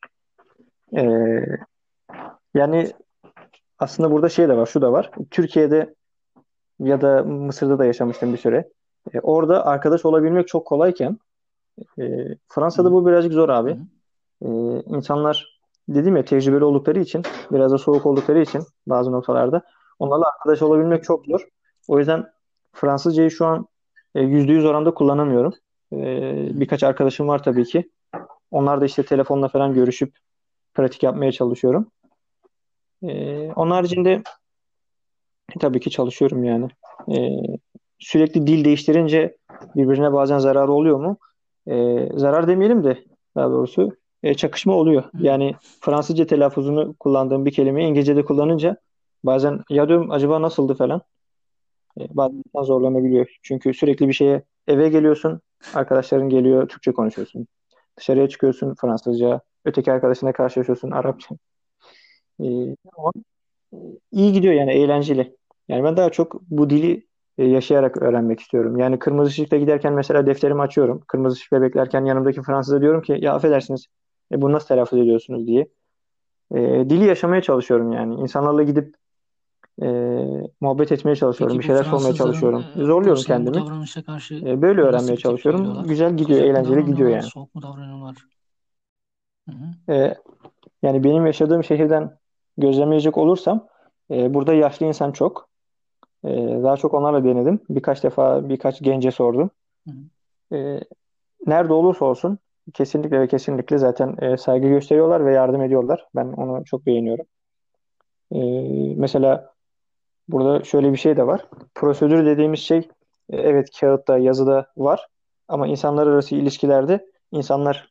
E, Yani aslında burada şey de var, şu da var. Türkiye'de ya da Mısır'da da yaşamıştım bir süre. Orada arkadaş olabilmek çok kolayken Hı Fransa'da hı. bu birazcık zor Hı abi. hı. E, insanlar dedim ya tecrübeli oldukları için, biraz da soğuk oldukları için bazı noktalarda onlarla arkadaş olabilmek çok zor. O yüzden Fransızcayı şu an %100 oranda kullanamıyorum. Hı hı. Birkaç arkadaşım var tabii ki. Onlar da işte telefonla falan görüşüp pratik yapmaya çalışıyorum. Onun haricinde tabii ki çalışıyorum yani. Ee, Sürekli dil değiştirince birbirine bazen zararı oluyor mu? Zarar demeyelim de daha doğrusu çakışma oluyor. Hı. Yani Fransızca telaffuzunu kullandığım bir kelimeyi İngilizce'de kullanınca bazen ya diyorum acaba nasıldı falan. Bazen insan zorlanabiliyor. Çünkü sürekli bir şeye eve geliyorsun, arkadaşların geliyor, Türkçe konuşuyorsun. Dışarıya çıkıyorsun Fransızca, öteki arkadaşına karşılaşıyorsun Arapça. Ama iyi gidiyor yani eğlenceli. Yani ben daha çok bu dili yaşayarak öğrenmek istiyorum. Yani kırmızı ışıkta giderken mesela defterimi açıyorum. Kırmızı ışıkta beklerken yanımdaki Fransız'a diyorum ki ya affedersiniz bunu nasıl telaffuz ediyorsunuz diye. Dili yaşamaya çalışıyorum yani. İnsanlarla gidip e, muhabbet etmeye çalışıyorum. Peki Bir bu şeyler sormaya Fransızların çalışıyorum. Zorluyorum bu senin bu kendimi. davranışa karşı Böyle nasıl öğrenmeye bir tepki çalışıyorum. veriyorlar? Güzel gidiyor, Sıcak mı eğlenceli gidiyor davranıyorlar, yani. soğuk mu davranıyorlar? Hı hı. E, Yani benim yaşadığım şehirden gözlemleyecek olursam burada yaşlı insan çok. Daha çok onlarla denedim. Birkaç defa birkaç gence sordum. Hı hı. Ee, Nerede olursa olsun kesinlikle ve kesinlikle zaten saygı gösteriyorlar ve yardım ediyorlar. Ben onu çok beğeniyorum. Mesela burada şöyle bir şey de var. Prosedür dediğimiz şey evet kağıtta, yazıda var. Ama insanlar arası ilişkilerde insanlar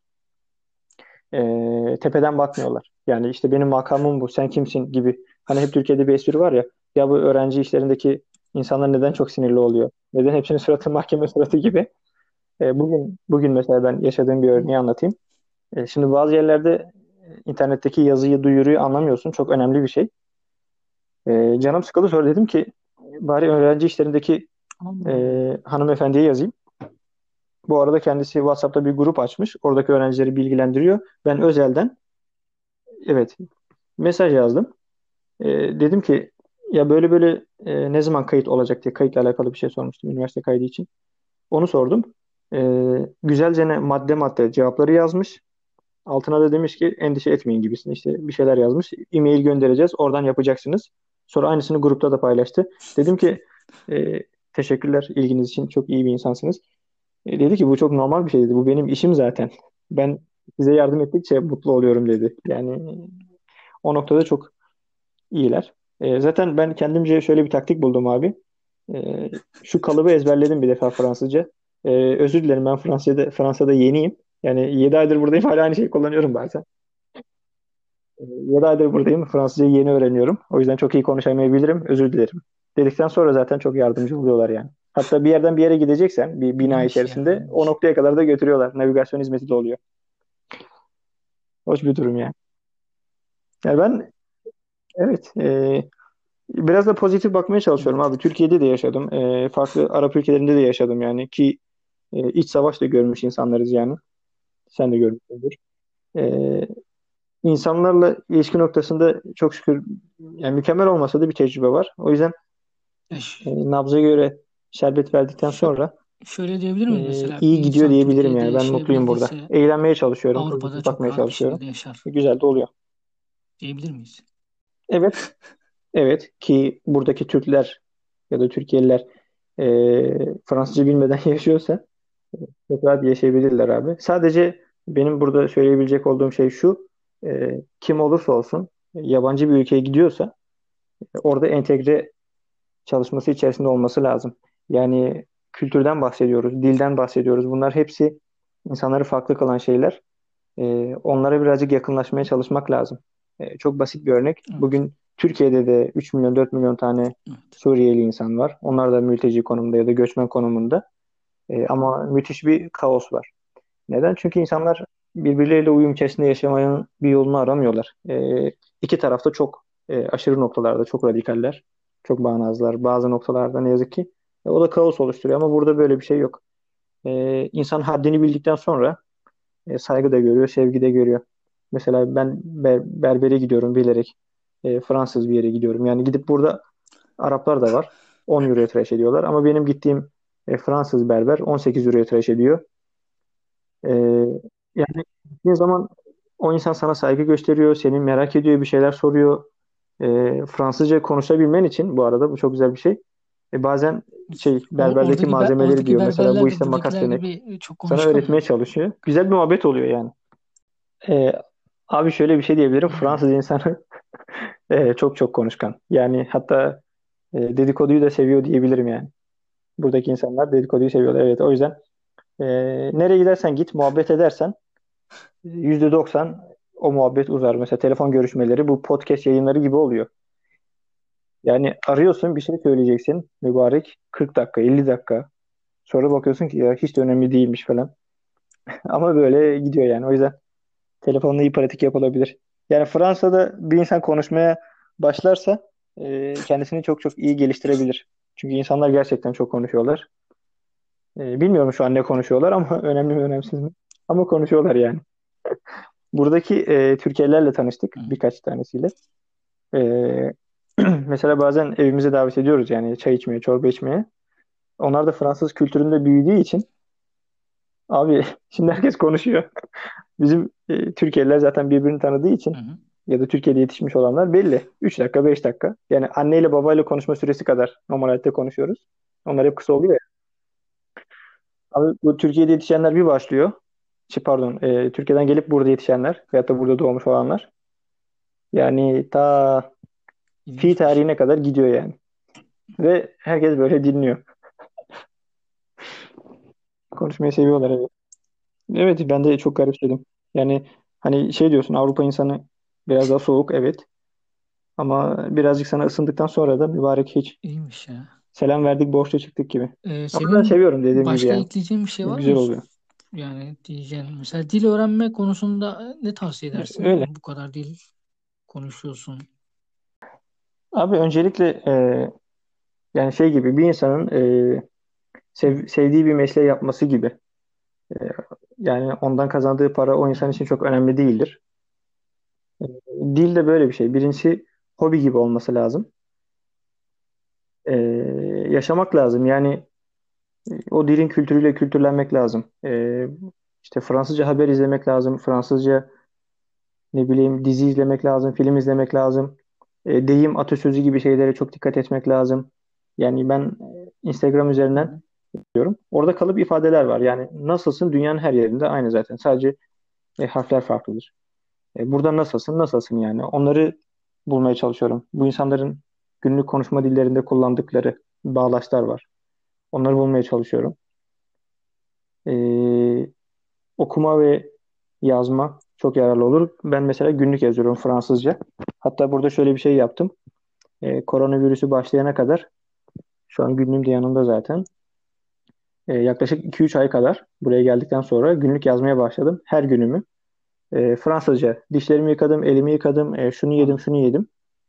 tepeden bakmıyorlar. Yani işte benim makamım bu, sen kimsin gibi. Hani hep Türkiye'de bir espri var ya, ya bu öğrenci işlerindeki insanlar neden çok sinirli oluyor? Neden hepsinin suratı mahkeme suratı gibi? Bugün mesela ben yaşadığım bir örneği anlatayım. Şimdi bazı yerlerde internetteki yazıyı, duyuruyu anlamıyorsun. Çok önemli bir şey. Canım sıkıldı sonra dedim ki bari öğrenci işlerindeki Allah Allah. Hanımefendiye yazayım. Bu arada kendisi WhatsApp'ta bir grup açmış. Oradaki öğrencileri bilgilendiriyor. Ben özelden evet mesaj yazdım. Dedim ki ya böyle böyle ne zaman kayıt olacak diye kayıtla alakalı bir şey sormuştum üniversite kaydı için. Onu sordum. Güzelce madde madde cevapları yazmış. Altına da demiş ki endişe etmeyin gibisin işte bir şeyler yazmış. E-mail göndereceğiz. Oradan yapacaksınız. Sonra aynısını grupta da paylaştı. Dedim ki e, teşekkürler ilginiz için. Çok iyi bir insansınız. Dedi ki bu çok normal bir şey dedi. Bu benim işim zaten. Ben size yardım ettikçe mutlu oluyorum dedi. Yani o noktada çok iyiler. Zaten ben kendimce şöyle bir taktik buldum abi. E, Şu kalıbı ezberledim bir defa Fransızca. Özür dilerim ben Fransa'da yeniyim. Yani 7 aydır buradayım hala aynı şeyi kullanıyorum bazen. 7 aydır buradayım. Fransızcayı yeni öğreniyorum. O yüzden çok iyi konuşamayabilirim. Özür dilerim. Dedikten sonra zaten çok yardımcı oluyorlar yani. Hatta bir yerden bir yere gideceksen bir bina İyiymiş ya, içerisinde o iyiymiş. noktaya kadar da götürüyorlar. Navigasyon hizmeti de oluyor. Hoş bir durum yani. Yani ben evet biraz da pozitif bakmaya çalışıyorum Evet. abi. Türkiye'de de yaşadım. Farklı Arap ülkelerinde de yaşadım yani ki iç savaş da görmüş insanlarız yani. Sen de görmüşsündür. E, insanlarla ilişki noktasında çok şükür yani mükemmel olmasa da bir tecrübe var. O yüzden Ya nabza göre şerbet verdikten şö- sonra şöyle diyebilir miyiz mesela, bir iyi gidiyor insan diyebilirim Türkiye'de yani. Ben mutluyum burada. yaşayabildiyse Eğlenmeye çalışıyorum, Avrupa'da pozitif çok bakmaya rahat bir çalışıyorum. şekilde yaşar Güzel de oluyor. diyebilir miyiz? Evet, evet ki buradaki Türkler ya da Türkiye'liler Fransızca bilmeden yaşıyorsa çok rahat yaşayabilirler abi. Sadece benim burada söyleyebilecek olduğum şey şu. Kim olursa olsun yabancı bir ülkeye gidiyorsa orada entegre çalışması içerisinde olması lazım. Yani kültürden bahsediyoruz, dilden bahsediyoruz. Bunlar hepsi insanları farklı kılan şeyler. Onlara birazcık yakınlaşmaya çalışmak lazım. Çok basit bir örnek. Evet. Bugün Türkiye'de de 3 milyon 4 milyon tane Evet. Suriyeli insan var. Onlar da mülteci konumda ya da göçmen konumunda. Ama müthiş bir kaos var. Neden? Çünkü insanlar birbirleriyle uyum içerisinde yaşamanın bir yolunu aramıyorlar. İki tarafta çok aşırı noktalarda çok radikaller, çok bağnazlar. Bazı noktalarda ne yazık ki o da kaos oluşturuyor ama burada böyle bir şey yok. İnsan haddini bildikten sonra saygı da görüyor, sevgi de görüyor. Mesela ben berbere gidiyorum bilerek. Fransız bir yere gidiyorum. Yani gidip burada Araplar da var. 10 euroya tıraş ediyorlar ama benim gittiğim Fransız berber 18 euroya tıraş ediyor. Ee, yani bir zaman o insan sana saygı gösteriyor, seni merak ediyor, bir şeyler soruyor. Fransızca konuşabilmen için bu arada bu çok güzel bir şey. Bazen berberdeki malzemeleri Oradaki diyor. Mesela bu berberler de işte makas buradakiler demek. gibi çok Sana konuşkan öğretmeye mı? çalışıyor. Güzel bir muhabbet oluyor yani. Ee, abi şöyle bir şey diyebilirim. Hmm. Fransız insanı çok çok konuşkan. Yani hatta dedikoduyu da seviyor diyebilirim yani. Buradaki insanlar dedikoduyu seviyorlar. Evet o yüzden e, nereye gidersen git muhabbet edersen %90 o muhabbet uzar. Mesela telefon görüşmeleri bu podcast yayınları gibi oluyor. Yani arıyorsun bir şey söyleyeceksin mübarek 40 dakika 50 dakika. Sonra bakıyorsun ki ya hiç de önemli değilmiş falan. Ama böyle gidiyor yani. O yüzden telefonla iyi pratik yapılabilir. Yani Fransa'da bir insan konuşmaya başlarsa kendisini çok çok iyi geliştirebilir. Çünkü insanlar gerçekten çok konuşuyorlar. Bilmiyorum şu an ne konuşuyorlar ama önemli mi önemsiz mi? Ama konuşuyorlar yani. Buradaki Türkiye'lilerle tanıştık Hı. birkaç tanesiyle. E, mesela bazen evimize davet ediyoruz yani çay içmeye, çorba içmeye. Onlar da Fransız kültüründe büyüdüğü için abi şimdi herkes konuşuyor. Bizim Türkiye'liler zaten birbirini tanıdığı Hı için hı. ya da Türkiye'de yetişmiş olanlar belli. 3 dakika, 5 dakika. Yani anneyle babayla konuşma süresi kadar normal hayatta konuşuyoruz. Onlar hep kısa oluyor ya. Abi bu Türkiye'de yetişenler bir başlıyor. Pardon, Türkiye'den gelip burada yetişenler veyahut da burada doğmuş olanlar. Yani ta fi İlginçmiş. tarihine kadar gidiyor yani. Ve herkes böyle dinliyor. Konuşmayı seviyorlar evet. Evet ben de çok garipsedim. Yani hani şey diyorsun Avrupa insanı biraz daha soğuk evet. Ama birazcık sana ısındıktan sonra da mübarek hiç İyiymiş ya. selam verdik borçlu çıktık gibi. Ama ben Senin seviyorum dediğim gibi başka yani. ekleyeceğin bir şey var mı? Güzel oluyor. Yani diyeceğin. Mesela dil öğrenme konusunda ne tavsiye edersin? Öyle. Yani bu kadar dil konuşuyorsun. Abi öncelikle yani şey gibi bir insanın sevdiği bir mesleği yapması gibi. E, Yani ondan kazandığı para o Hı insan hı. için çok önemli değildir. E, Dil de böyle bir şey. Birincisi hobi gibi olması lazım. E, Yaşamak lazım. Yani o dilin kültürüyle kültürlenmek lazım. İşte Fransızca haber izlemek lazım. Fransızca ne bileyim dizi izlemek lazım, film izlemek lazım. Deyim, atasözü gibi şeylere çok dikkat etmek lazım. Yani ben Instagram Hı üzerinden hı. diyorum. Orada kalıp ifadeler var. Yani nasılsın dünyanın her yerinde aynı zaten. Sadece harfler farklıdır. Burada nasılsın, nasılsın yani. Onları bulmaya çalışıyorum. Bu insanların günlük konuşma dillerinde kullandıkları bağlaçlar var. Onları bulmaya çalışıyorum. Ee, Okuma ve yazma çok yararlı olur. Ben mesela günlük yazıyorum Fransızca. Hatta burada şöyle bir şey yaptım. Koronavirüsü başlayana kadar, şu an günlüğüm de yanımda zaten. Yaklaşık 2-3 ay kadar buraya geldikten sonra günlük yazmaya başladım. Her günümü. Fransızca. Dişlerimi yıkadım, elimi yıkadım, şunu yedim, Anladım. şunu yedim.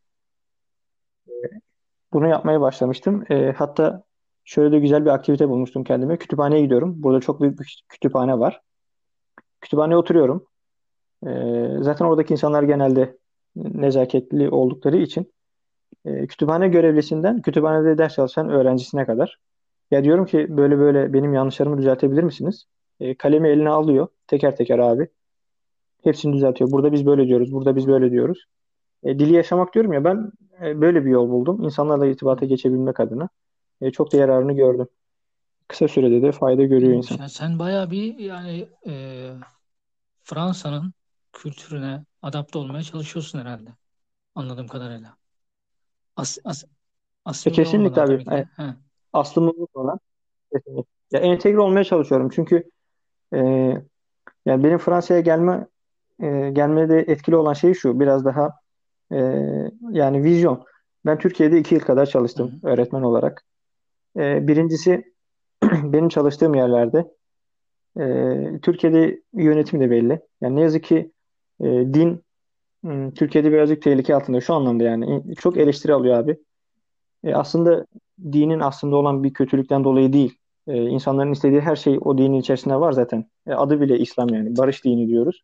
Bunu yapmaya başlamıştım. Hatta şöyle de güzel bir aktivite bulmuştum kendime. Kütüphaneye gidiyorum. Burada çok büyük bir kütüphane var. Kütüphaneye oturuyorum. Zaten oradaki insanlar genelde nezaketli oldukları için kütüphane görevlisinden kütüphanede ders çalışan öğrencisine kadar. Ya diyorum ki böyle böyle benim yanlışlarımı düzeltebilir misiniz? Kalemi eline alıyor teker teker abi. Hepsini düzeltiyor. Burada biz böyle diyoruz. Burada biz böyle diyoruz. Dili yaşamak diyorum ya ben böyle bir yol buldum. İnsanlarla Hı irtibata hı. geçebilmek adına. Çok da yararını gördüm. Kısa sürede de fayda görüyor İyiymiş. insan. Yani sen bayağı bir yani Fransa'nın kültürüne adapte olmaya çalışıyorsun herhalde. Anladığım kadarıyla. As, as, asimile Kesinlikle olmadan abi. tabii ki de. He. Aslımız olan kesinlikle. Ya entegre olmaya çalışıyorum. Çünkü e, yani benim Fransa'ya gelmede etkili olan şey şu. Biraz daha e, yani vizyon. Ben Türkiye'de 2 yıl kadar Hı çalıştım hı. öğretmen olarak. Birincisi benim çalıştığım yerlerde Türkiye'de yönetim de belli. Yani ne yazık ki din Türkiye'de birazcık tehlike altında şu anlamda yani. Çok Evet. eleştiri alıyor abi. Aslında dinin aslında olan bir kötülükten dolayı değil. İnsanların istediği her şey o dinin içerisinde var zaten. Adı bile İslam yani. Barış dini diyoruz.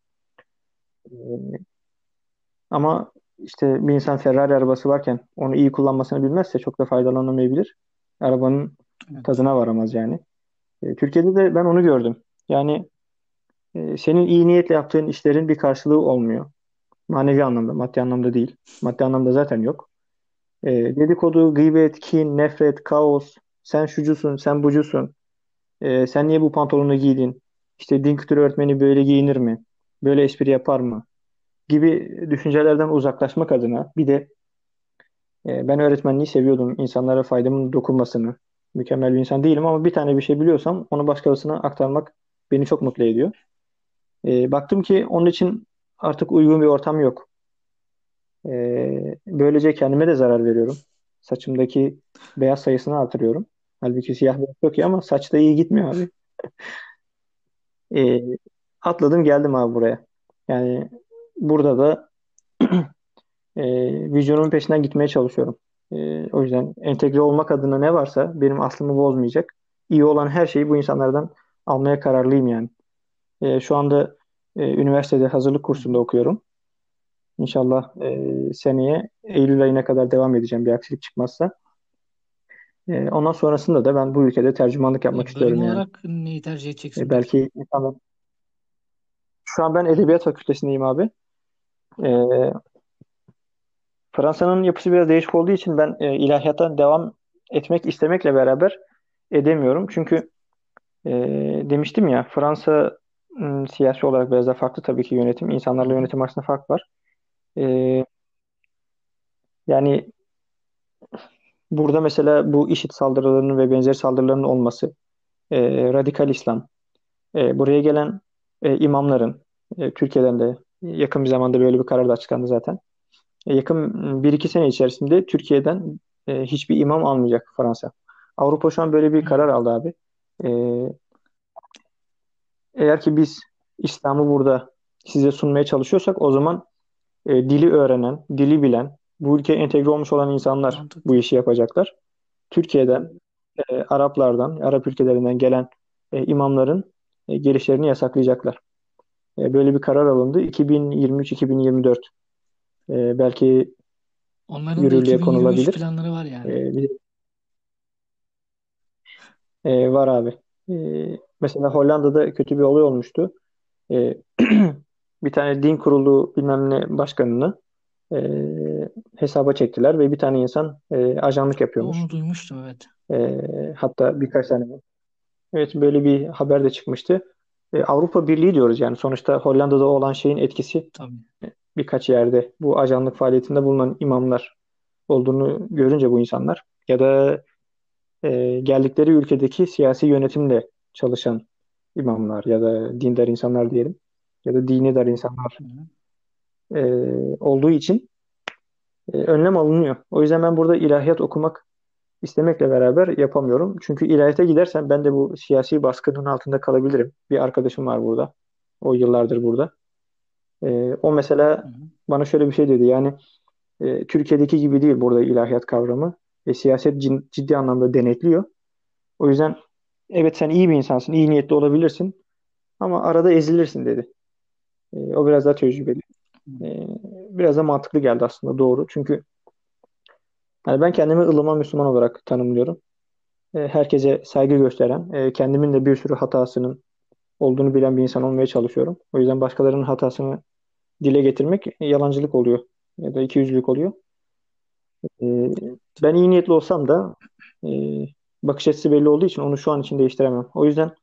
E, Ama işte bir insan Ferrari arabası varken onu iyi kullanmasını bilmezse çok da faydalanamayabilir. Arabanın Evet. tadına varamaz yani. Türkiye'de de ben onu gördüm. Yani senin iyi niyetle yaptığın işlerin bir karşılığı olmuyor. Manevi anlamda, maddi anlamda değil. Maddi anlamda zaten yok. Dedikodu, gıybet, kin, nefret, kaos. Sen şucusun, sen bucusun. Sen niye bu pantolonu giydin? İşte din kültürü öğretmeni böyle giyinir mi? Böyle espri yapar mı? Gibi düşüncelerden uzaklaşmak adına bir de ben öğretmenliği seviyordum. İnsanlara faydamın dokunmasını. Mükemmel bir insan değilim ama bir tane bir şey biliyorsam onu başkasına aktarmak beni çok mutlu ediyor. Baktım ki onun için artık uygun bir ortam yok. Böylece kendime de zarar veriyorum. Saçımdaki beyaz sayısını artırıyorum. Halbuki siyah beyaz çok iyi ama saçta iyi gitmiyor abi. Ee, Atladım geldim abi buraya. Yani burada da vizyonumun peşinden gitmeye çalışıyorum. O yüzden entegre olmak adına ne varsa benim aslımı bozmayacak. İyi olan her şeyi bu insanlardan almaya kararlıyım yani. Şu anda üniversitede hazırlık Hı kursunda hı. okuyorum. İnşallah seneye Eylül ayına kadar devam edeceğim bir aksilik çıkmazsa. Ondan sonrasında da ben bu ülkede tercümanlık yapmak Bölüm istiyorum yani. olarak neyi tercih edeceksin peki? Belki insanlar... Şu an ben Edebiyat Fakültesindeyim abi. E, Fransa'nın yapısı biraz değişik olduğu için ben ilahiyata devam etmek istemekle beraber edemiyorum. Çünkü e, demiştim ya Fransa siyasi olarak biraz daha farklı tabii ki yönetim. Hı İnsanlarla hı. yönetim arasında fark var. E, Yani burada mesela bu IŞİD saldırılarının ve benzeri saldırıların olması, radikal İslam, buraya gelen imamların, Türkiye'den de yakın bir zamanda böyle bir karar da açıklandı zaten. Yakın 1-2 sene içerisinde Türkiye'den hiçbir imam almayacak Fransa. Avrupa şu an böyle bir Hı. karar aldı abi. E, Eğer ki biz İslam'ı burada size sunmaya çalışıyorsak o zaman dili öğrenen, dili bilen, bu ülkeye entegre olmuş olan insanlar bu Mantıklı. işi yapacaklar. Türkiye'den. Araplardan, Arap ülkelerinden gelen imamların gelişlerini yasaklayacaklar. Böyle bir karar alındı. 2023-2024 belki Onların da yürürlüğe 2023 konulabilir. planları var yani. Var abi. Mesela Hollanda'da kötü bir olay olmuştu. E, Bir tane din kurulu bilmem ne başkanını e, hesaba çektiler ve bir tane insan ajanlık yapıyormuş. Onu duymuştum, evet. Hatta birkaç tane. Evet, böyle bir haber de çıkmıştı. Avrupa Birliği diyoruz yani. Sonuçta Hollanda'da olan şeyin etkisi Tabii. birkaç yerde bu ajanlık faaliyetinde bulunan imamlar olduğunu görünce bu insanlar ya da geldikleri ülkedeki siyasi yönetimle çalışan imamlar ya da dindar insanlar diyelim ya da dini dar insanlar Hı hı. e, olduğu için önlem alınıyor. O yüzden ben burada ilahiyat okumak istemekle beraber yapamıyorum. Çünkü ilahiyata gidersem ben de bu siyasi baskının altında kalabilirim. Bir arkadaşım var burada. O yıllardır burada. O Hı mesela hı. bana şöyle bir şey dedi. Yani Türkiye'deki gibi değil burada ilahiyat kavramı. Siyaset ciddi anlamda denetliyor. O yüzden evet sen iyi bir insansın, iyi niyetli olabilirsin ama arada ezilirsin dedi. O biraz daha tecrübeli. Hı. E, Biraz da mantıklı geldi aslında doğru. Çünkü hani ben kendimi ılıman Müslüman olarak tanımlıyorum. Herkese saygı gösteren, kendimin de bir sürü hatasının olduğunu bilen bir insan olmaya çalışıyorum. O yüzden başkalarının hatasını dile getirmek yalancılık oluyor ya da ikiyüzlülük oluyor. E, Ben iyi niyetli olsam da e, bakış açısı belli olduğu için onu şu an için değiştiremem. O yüzden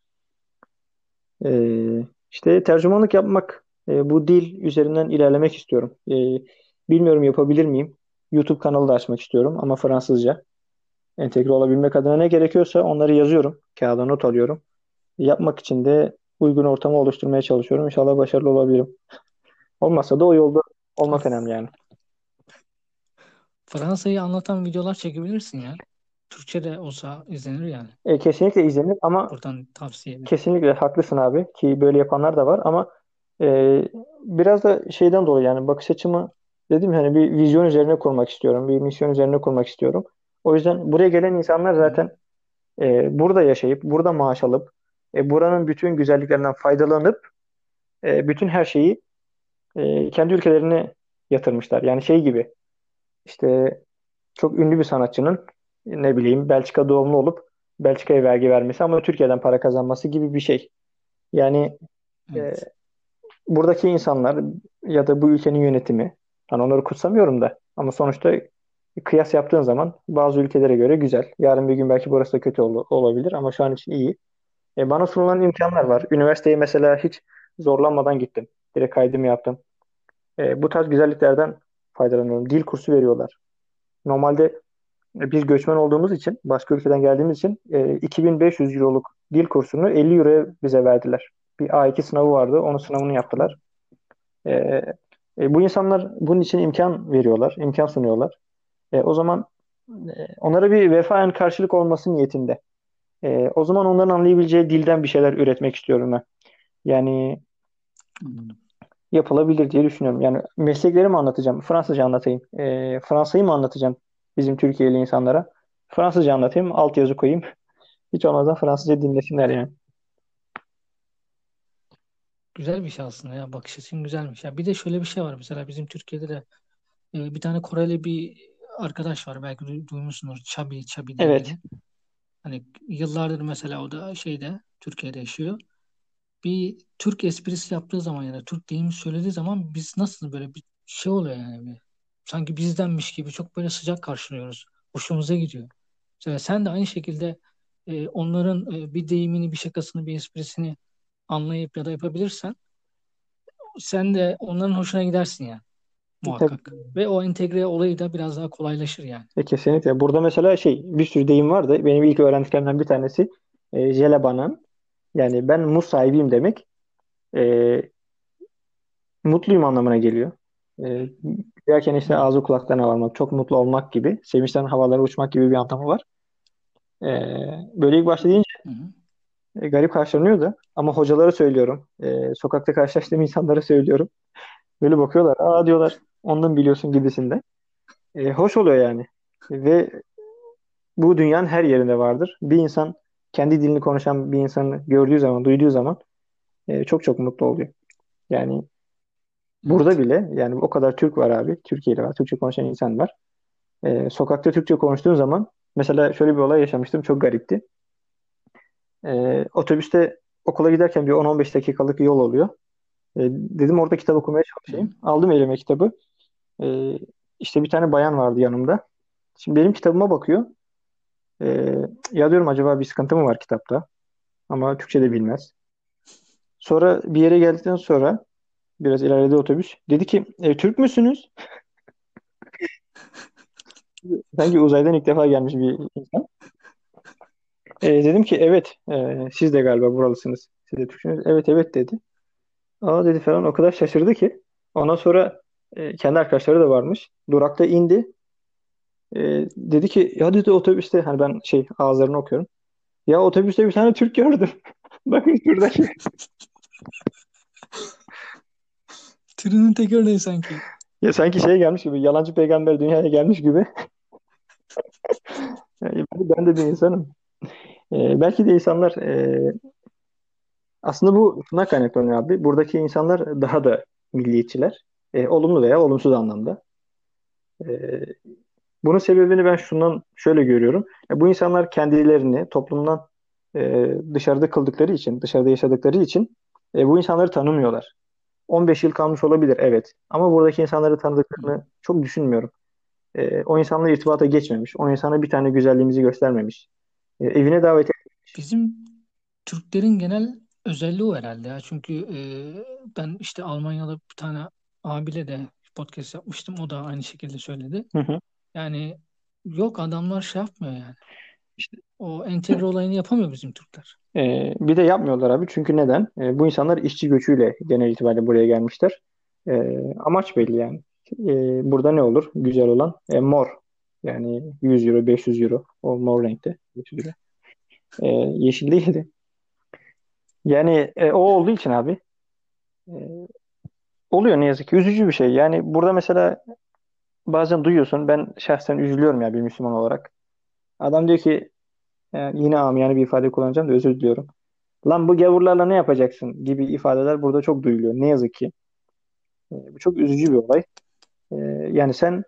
işte tercümanlık yapmak, bu dil üzerinden ilerlemek istiyorum. Bilmiyorum yapabilir miyim? YouTube kanalı da açmak istiyorum ama Fransızca. Entegre olabilmek adına ne gerekiyorsa onları yazıyorum. Kağıda not alıyorum. Yapmak için de uygun ortamı oluşturmaya çalışıyorum. İnşallah başarılı olabilirim. Olmazsa da o yolda olmak önemli yani. Fransa'yı anlatan videolar çekebilirsin ya. Türkçe de olsa izlenir yani. Kesinlikle izlenir ama Buradan tavsiye ederim. kesinlikle haklısın abi ki böyle yapanlar da var ama e, biraz da şeyden dolayı yani bakış açımı dedim hani bir vizyon üzerine kurmak istiyorum. Bir misyon üzerine kurmak istiyorum. O yüzden buraya gelen insanlar Hı hı. zaten burada yaşayıp, burada maaş alıp, buranın bütün güzelliklerinden faydalanıp bütün her şeyi kendi ülkelerine yatırmışlar. Yani şey gibi işte çok ünlü bir sanatçının ne bileyim Belçika doğumlu olup Belçika'ya vergi vermesi ama Türkiye'den para kazanması gibi bir şey. Yani e, Evet. buradaki insanlar ya da bu ülkenin yönetimi, hani onları kutsamıyorum da ama sonuçta kıyas yaptığın zaman bazı ülkelere göre güzel. Yarın bir gün belki burası da kötü olabilir ama şu an için iyi. Bana sunulan imkanlar Hı hı. var. Üniversiteye mesela hiç zorlanmadan gittim. Direkt kaydımı yaptım. Bu tarz güzelliklerden faydalanıyorum. Dil kursu veriyorlar. Normalde biz göçmen olduğumuz için, başka ülkeden geldiğimiz için 2500 euroluk dil kursunu 50 euroya bize verdiler. Bir A2 sınavı vardı. Onun sınavını yaptılar. E, Bu insanlar bunun için imkan veriyorlar, imkan sunuyorlar. O zaman onlara bir vefaen karşılık olması niyetinde. O zaman onların anlayabileceği dilden bir şeyler üretmek istiyorum ben. Yani Anladım. yapılabilir diye düşünüyorum. Yani mesleklerimi anlatacağım. Fransızca anlatayım. Fransa'yı mı anlatacağım bizim Türkiye'li insanlara? Fransızca anlatayım, altyazı koyayım. Hiç olmazsa Fransızca dinlesinler yani. Güzel bir şey aslında ya. Bakış açın güzelmiş. Ya bir de şöyle bir şey var. Mesela bizim Türkiye'de de bir tane Koreli bir arkadaş var. Belki duymuşsunuz. Çabi diye Evet. biri. Hani yıllardır mesela o da Türkiye'de yaşıyor. Bir Türk esprisi yaptığı zaman ya da Türk deyimi söylediği zaman biz nasıl böyle bir şey oluyor yani. Sanki bizdenmiş gibi çok böyle sıcak karşılıyoruz. Hoşumuza gidiyor. Mesela sen de aynı şekilde onların bir deyimini, bir şakasını, bir esprisini anlayıp ya da yapabilirsen sen de onların hoşuna gidersin yani muhakkak. Tabii. Ve o entegre olayı da biraz daha kolaylaşır yani. Kesinlikle. Burada mesela şey bir sürü deyim vardı. Benim ilk öğrendiklerimden bir tanesi jelebanan. Yani ben muz sahibiyim demek. E, Mutluyum anlamına geliyor. E, Derken işte Hmm. ağzı kulaklarına varmak, çok mutlu olmak gibi, sevinçten havalara uçmak gibi bir anlamı var. E, Böyle ilk başta deyince Hı hı. garip karşılanıyordu. Ama hocalara söylüyorum. Sokakta karşılaştığım insanlara söylüyorum. Böyle bakıyorlar. Aa diyorlar ondan biliyorsun gibisinde. Hoş oluyor yani. Ve bu dünyanın her yerinde vardır. Bir insan kendi dilini konuşan bir insanı gördüğü zaman, duyduğu zaman çok çok mutlu oluyor. Yani burada Evet. bile yani o kadar Türk var abi. Türkiye'de var. Türkçe konuşan insan var. Sokakta Türkçe konuştuğun zaman mesela şöyle bir olay yaşamıştım. Çok garipti. Otobüste okula giderken bir 10-15 dakikalık yol oluyor. Dedim orada kitap okumaya Hı hı. çalışayım. Aldım elime kitabı. Ee, işte bir tane bayan vardı yanımda. Şimdi benim kitabıma bakıyor. Ee, ya diyorum acaba bir sıkıntı mı var kitapta? Ama Türkçe de bilmez. Sonra bir yere geldikten sonra biraz ilerledi otobüs. Dedi ki Türk müsünüz? Sanki uzaydan ilk defa gelmiş bir insan. Dedim ki evet siz de galiba buralısınız. Siz de Türksünüz. Evet evet dedi. Aa dedi falan o kadar şaşırdı ki. Ondan sonra kendi arkadaşları da varmış. Durakta indi. Dedi ki ya dedi otobüste hani ben şey ağızlarını okuyorum. Ya otobüste bir tane Türk gördüm. Bakın şurada şey. Türünün tek örneği sanki. Ya sanki şey gelmiş gibi yalancı peygamber dünyaya gelmiş gibi. Ben de bir insanım. Belki de insanlar aslında bu şuna kaynaklanıyor abi. Buradaki insanlar daha da milliyetçiler. Olumlu veya olumsuz anlamda. E, bunun sebebini ben şundan şöyle görüyorum. Bu insanlar kendilerini toplumdan dışarıda kıldıkları için, dışarıda yaşadıkları için bu insanları tanımıyorlar. 15 yıl kalmış olabilir evet. Ama buradaki insanları Hı hı. tanıdıklarını çok düşünmüyorum. O insanla irtibata geçmemiş. O insana bir tane güzelliğimizi göstermemiş. Evine davet etmiş. Bizim Türklerin genel özelliği o herhalde ya. Çünkü ben işte Almanya'da bir tane abiyle de podcast yapmıştım. O da aynı şekilde söyledi. Hı hı. Yani yok adamlar şey yapmıyor yani. İşte, O entegre olayını yapamıyor bizim Türkler. bir de yapmıyorlar abi. Çünkü neden? Bu insanlar işçi göçüyle genel itibariyle buraya gelmişler. Amaç belli yani. Burada ne olur? Güzel olan mor. Yani 100 euro, 500 euro. O mor renkte. 500 euro. Yeşil değildi. Yani o olduğu için abi e, oluyor ne yazık ki. Üzücü bir şey. Yani burada mesela bazen duyuyorsun. Ben şahsen üzülüyorum ya bir Müslüman olarak. Adam diyor ki yine amiyane bir ifade kullanacağım da özür diliyorum. Lan bu gavurlarla ne yapacaksın gibi ifadeler burada çok duyuluyor. Ne yazık ki. Bu çok üzücü bir olay. E, yani sen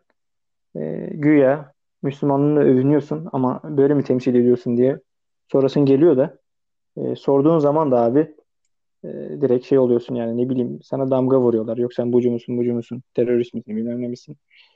güya Müslümanlığını övünüyorsun ama böyle mi temsil ediyorsun diye sorasın geliyor da sorduğun zaman da abi e, direkt şey oluyorsun yani ne bileyim sana damga vuruyorlar. Yok sen bucu musun bucu musun terörist misin bilmem ne misin.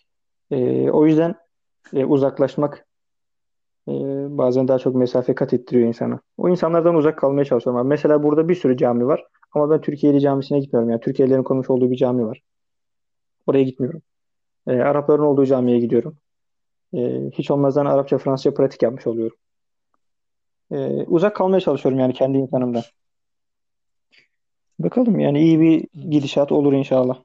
O yüzden uzaklaşmak e, bazen daha çok mesafe kat ettiriyor insana. O insanlardan uzak kalmaya çalışıyorum abi. Mesela burada bir sürü cami var ama ben Türkiye'li camisine gitmiyorum. Yani Türkiye'lilerin konmuş olduğu bir cami var. Oraya gitmiyorum. Arapların olduğu camiye gidiyorum. Hiç olmazdan Arapça, Fransızca pratik yapmış oluyorum. Uzak kalmaya çalışıyorum yani kendi insanımdan. İyiymiş. Bakalım yani iyi bir İyiymiş. gidişat olur inşallah.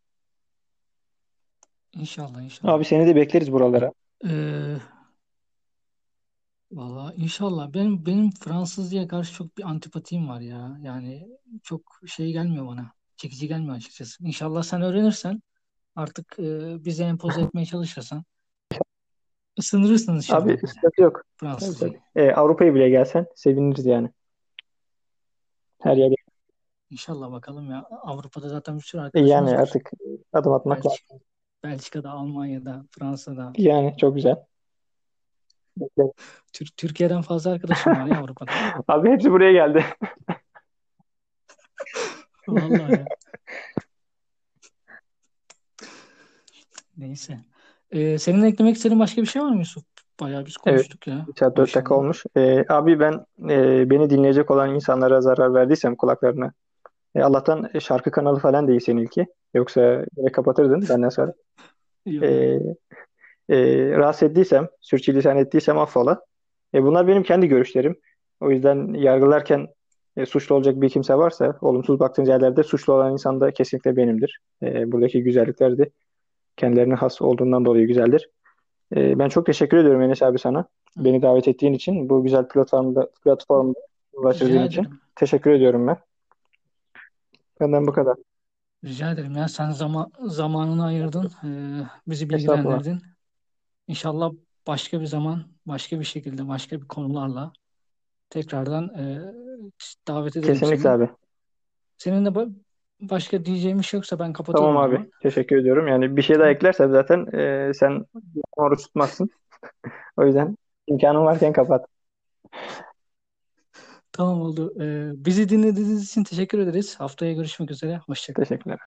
İnşallah Abi inşallah. seni de bekleriz buralara. Ee, Valla inşallah. Benim Fransızca karşı çok bir antipatiyim var ya. Yani çok şey gelmiyor bana. Çekici gelmiyor açıkçası. İnşallah sen öğrenirsen artık bize empoze etmeye çalışırsan ısındırırsın Abi inşallah bize sıkıntı yok. Tabii Fransızcayı. tabii. Avrupa'ya bile gelsen seviniriz yani. Her yere. İnşallah bakalım ya. Avrupa'da zaten bir sürü Yani arkadaşımız var. artık adım atmak lazım. Belçika, Belçika'da, Almanya'da, Fransa'da. Yani çok güzel. Bekleriz. Türkiye'den fazla arkadaşım var ya Avrupa'da. Abi hepsi buraya geldi. Vallahi ya. Neyse. Senin eklemek istediğin başka bir şey var mı Yusuf? Bayağı biz Evet. konuştuk ya. 1 saat 4 dakika Maşallah. olmuş. Abi ben beni dinleyecek olan insanlara zarar verdiysem kulaklarına. Allah'tan şarkı kanalı falan değil seninki. Yoksa direkt kapatırdın benden sonra. Yok yok. E, rahatsız ettiysem, sürçülisan ettiysem affola. Bunlar benim kendi görüşlerim. O yüzden yargılarken suçlu olacak bir kimse varsa, olumsuz baktığınız yerlerde suçlu olan insan da kesinlikle benimdir. Buradaki güzellikler de kendilerine has olduğundan dolayı güzeldir. Ben çok teşekkür ediyorum Enes abi sana. Hı. Beni davet ettiğin için, bu güzel platformda ulaştırdığın Rica için. ederim. Teşekkür ediyorum ben. Benden bu kadar. Rica ederim ya. Sen zamanını ayırdın. Bizi Estağfurullah. bilgilendirdin. İnşallah başka bir zaman, başka bir şekilde, başka bir konularla tekrardan davet ederim Kesinlikle seni. abi. Senin de başka diyeceğim bir şey yoksa ben Tamam kapatıyorum o abi. zaman. Teşekkür ediyorum. Yani bir şey daha Tamam. eklersen zaten sen oruç tutmazsın. O yüzden imkanın varken kapat. Tamam oldu. Bizi dinlediğiniz için teşekkür ederiz. Haftaya görüşmek üzere. Hoşça kalın. Teşekkürler.